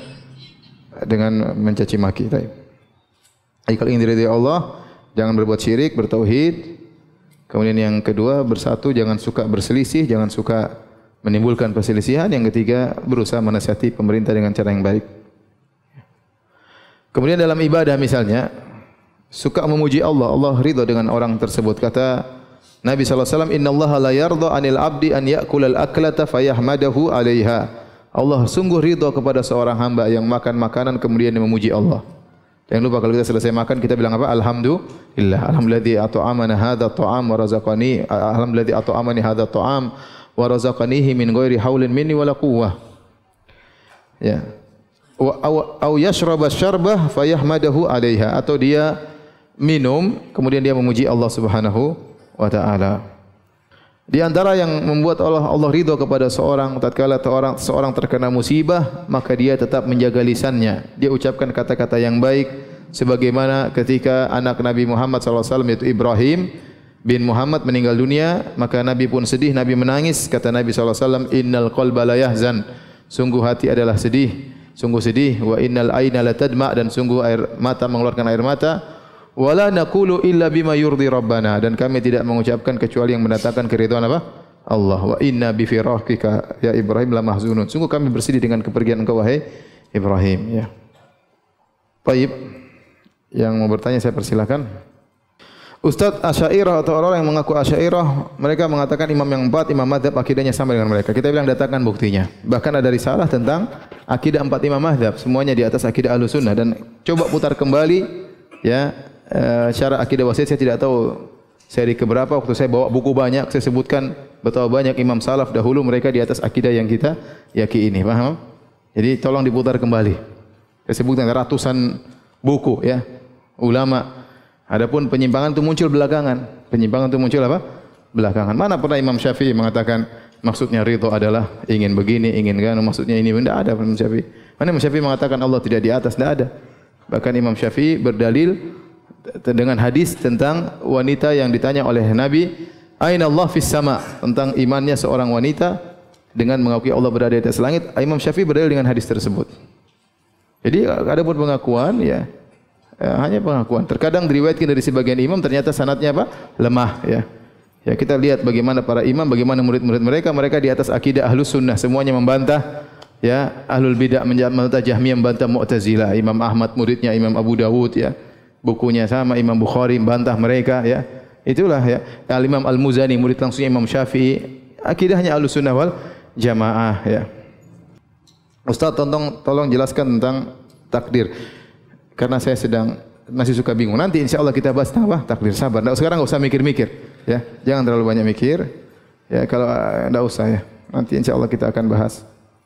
mencaci maki. Kalau ingin diridhai Allah, jangan berbuat syirik, bertauhid. Kemudian yang kedua, bersatu, jangan suka berselisih, jangan suka menimbulkan perselisihan. Yang ketiga, berusaha menasihati pemerintah dengan cara yang baik. Kemudian dalam ibadah misalnya, suka memuji Allah, Allah ridha dengan orang tersebut. Kata Nabi SAW, innallaha la yardha 'anil 'abdi an ya'kula al-aklata fayahmadahu 'alaiha. Allah sungguh ridha kepada seorang hamba yang makan makanan kemudian memuji Allah. Jangan lupa kalau kita selesai makan kita bilang apa? Alhamdulillah. Alhamdulilladzi at'amana hadza at'am wa razaqani. Alhamdulilladzi at'amani hadza at'am wa razaqanihi min ghairi haulin minni wala quwwah. Ya. Au yashraba syarbah fayahmadahu 'alaiha, atau dia minum kemudian dia memuji Allah Subhanahu wa taala. Di antara yang membuat Allah ridha kepada seorang tatkala seorang terkena musibah, maka dia tetap menjaga lisannya. Dia ucapkan kata-kata yang baik, sebagaimana ketika anak Nabi Muhammad SAW yaitu Ibrahim bin Muhammad meninggal dunia, maka Nabi pun sedih, Nabi menangis. Kata Nabi SAW, innal qalba la yahzan. Sungguh hati adalah sedih, sungguh sedih. Wa innal aina la tadma, dan sungguh air mata mengeluarkan air mata. Wala naqulu illa bima yurdi rabbana, dan kami tidak mengucapkan kecuali yang mendatangkan keridhaan apa? Allah. Wa inna bi firaqika ya Ibrahim la mahzunun. Sungguh kami bersedih dengan kepergian engkau wahai Ibrahim, ya. Baik. Yang mau bertanya saya persilakan. Ustaz Asy'ariyah atau orang yang mengaku Asy'ariyah, mereka mengatakan imam yang 4, imam mazhab akidahnya sama dengan mereka. Kita bilang datangkan buktinya. Bahkan ada risalah tentang akidah 4 imam mazhab, semuanya di atas akidah Ahlussunnah, dan coba putar kembali ya syarah akidah wasiyah. Saya tidak tahu seri keberapa, waktu saya bawa buku banyak saya sebutkan betapa banyak imam salaf dahulu mereka di atas akidah yang kita yakini, paham? Jadi tolong diputar kembali. Saya sebutkan ratusan buku ya ulama. Adapun penyimpangan itu muncul belakangan. Penyimpangan itu muncul apa? Belakangan. Mana pernah Imam Syafi'i mengatakan maksudnya ridho adalah ingin begini, ingin kan, maksudnya ini. Tidak ada Imam Syafi'i. Mana Imam Syafi'i mengatakan Allah tidak di atas? Tidak ada. Bahkan Imam Syafi'i berdalil dengan hadis tentang wanita yang ditanya oleh Nabi, Aina Allah fis sama, tentang imannya seorang wanita dengan mengakui Allah berada di atas langit. Imam Syafi'i berdalil dengan hadis tersebut. Jadi ada pun pengakuan ya, hanya pengakuan. Terkadang diriwayatkan dari sebagian imam ternyata sanadnya apa? Lemah ya. Ya kita lihat bagaimana para imam, bagaimana murid-murid mereka, mereka di atas akidah Ahlus Sunnah, semuanya membantah ya Ahlul Bidah, membantah Jahmiyah, membantah Mu'tazilah. Imam Ahmad muridnya Imam Abu Dawud ya. Bukunya sama, Imam Bukhari membantah mereka ya. Itulah ya. Al-Imam Al-Muzani murid langsungnya Imam Syafi'i. Akidahnya Ahlus Sunnah wal Jamaah ya. Ustaz tolong jelaskan tentang takdir. Karena saya masih suka bingung. Nanti insya Allah kita bahas tentang apa? Takdir, sabar. Sekarang enggak usah mikir-mikir, ya. Jangan terlalu banyak mikir. Ya, kalau enggak usah ya. Nanti insya Allah kita akan bahas.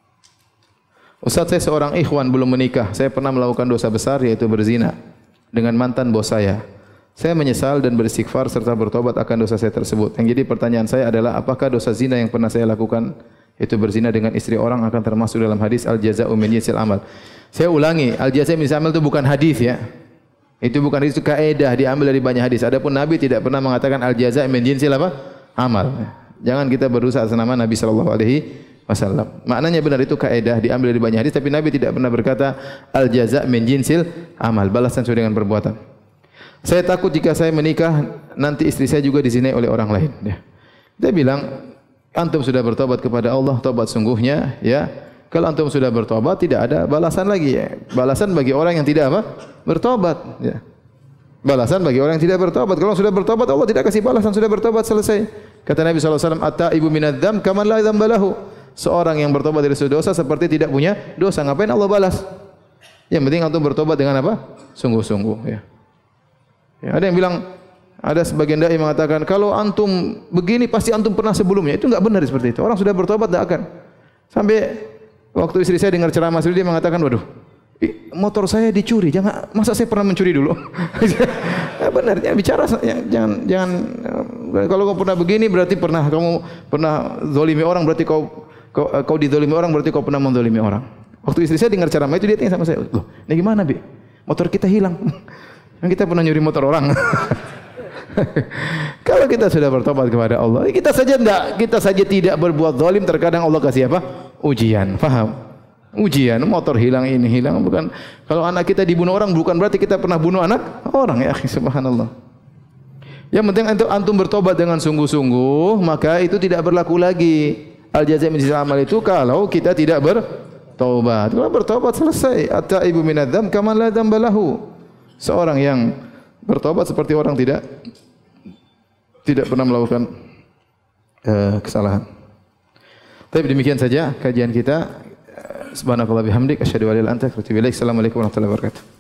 Ustaz, saya seorang ikhwan belum menikah. Saya pernah melakukan dosa besar yaitu berzina dengan mantan bos saya. Saya menyesal dan beristighfar serta bertobat akan dosa saya tersebut. Yang jadi pertanyaan saya adalah apakah dosa zina yang pernah saya lakukan yaitu berzina dengan istri orang akan termasuk dalam hadis al-jaza'u min jinsil amal. Saya ulangi, al-jaza'u min jinsil amal itu bukan hadis ya. Itu bukan hadis, itu kaidah diambil dari banyak hadis. Adapun Nabi tidak pernah mengatakan al-jaza'u min jinsil apa? Amal. Jangan kita berusaha atas nama Nabi sallallahu alaihi wasallam. Maknanya benar, itu kaidah diambil dari banyak hadis, tapi Nabi tidak pernah berkata al-jaza'u min jinsil amal, balasan sesuai dengan perbuatan. Saya takut jika saya menikah nanti istri saya juga dizinai oleh orang lain ya. Dia bilang antum sudah bertobat kepada Allah, tobat sungguhnya ya. Kalau antum sudah bertobat tidak ada balasan lagi ya. Balasan bagi orang yang tidak apa? Bertobat ya. Balasan bagi orang yang tidak bertobat. Kalau sudah bertobat Allah tidak kasih balasan, sudah bertobat selesai. Kata Nabi sallallahu alaihi wasallam, "At-taibu minadz-dzam kaman la dzamba lahu." Seorang yang bertobat dari suatu dosa seperti tidak punya dosa. Ngapain Allah balas? Yang penting antum bertobat dengan apa? Sungguh-sungguh ya. Ya, ada yang bilang, ada sebagian dai mengatakan kalau antum begini pasti antum pernah sebelumnya. Itu enggak benar seperti itu. Orang sudah bertobat tidak akan. Sampai waktu istri saya dengar ceramah dia mengatakan, waduh, motor saya dicuri. Jangan, masa saya pernah mencuri dulu? Ya, benar, ya, bicara jangan. Kalau kau pernah begini berarti kamu pernah zalimi orang, berarti kau dizalimi orang, berarti kau pernah menzalimi orang. Waktu istri saya dengar ceramah itu dia tanya sama saya, loh, ini gimana bi? Motor kita hilang. Kita pernah nyuri motor orang. Kalau kita sudah bertobat kepada Allah, kita saja tidak berbuat zalim, terkadang Allah kasih apa? Ujian, paham? Ujian, motor hilang, ini hilang, bukan. Kalau anak kita dibunuh orang bukan berarti kita pernah bunuh anak orang ya, subhanallah. Yang penting antum bertobat dengan sungguh-sungguh, maka itu tidak berlaku lagi. Al-jazaa' min jinsil amal itu kalau kita tidak bertobat. Kalau bertobat selesai. At-taibu minadz-dzam kaman la dzamba lahu. Seorang yang bertobat seperti orang tidak pernah melakukan kesalahan. Tapi demikian saja kajian kita. Subhanakallah bihamdik asyhadu an la ilaha illa anta astaghfiruka wa atubu ilaik. Assalamualaikum warahmatullahi wabarakatuh.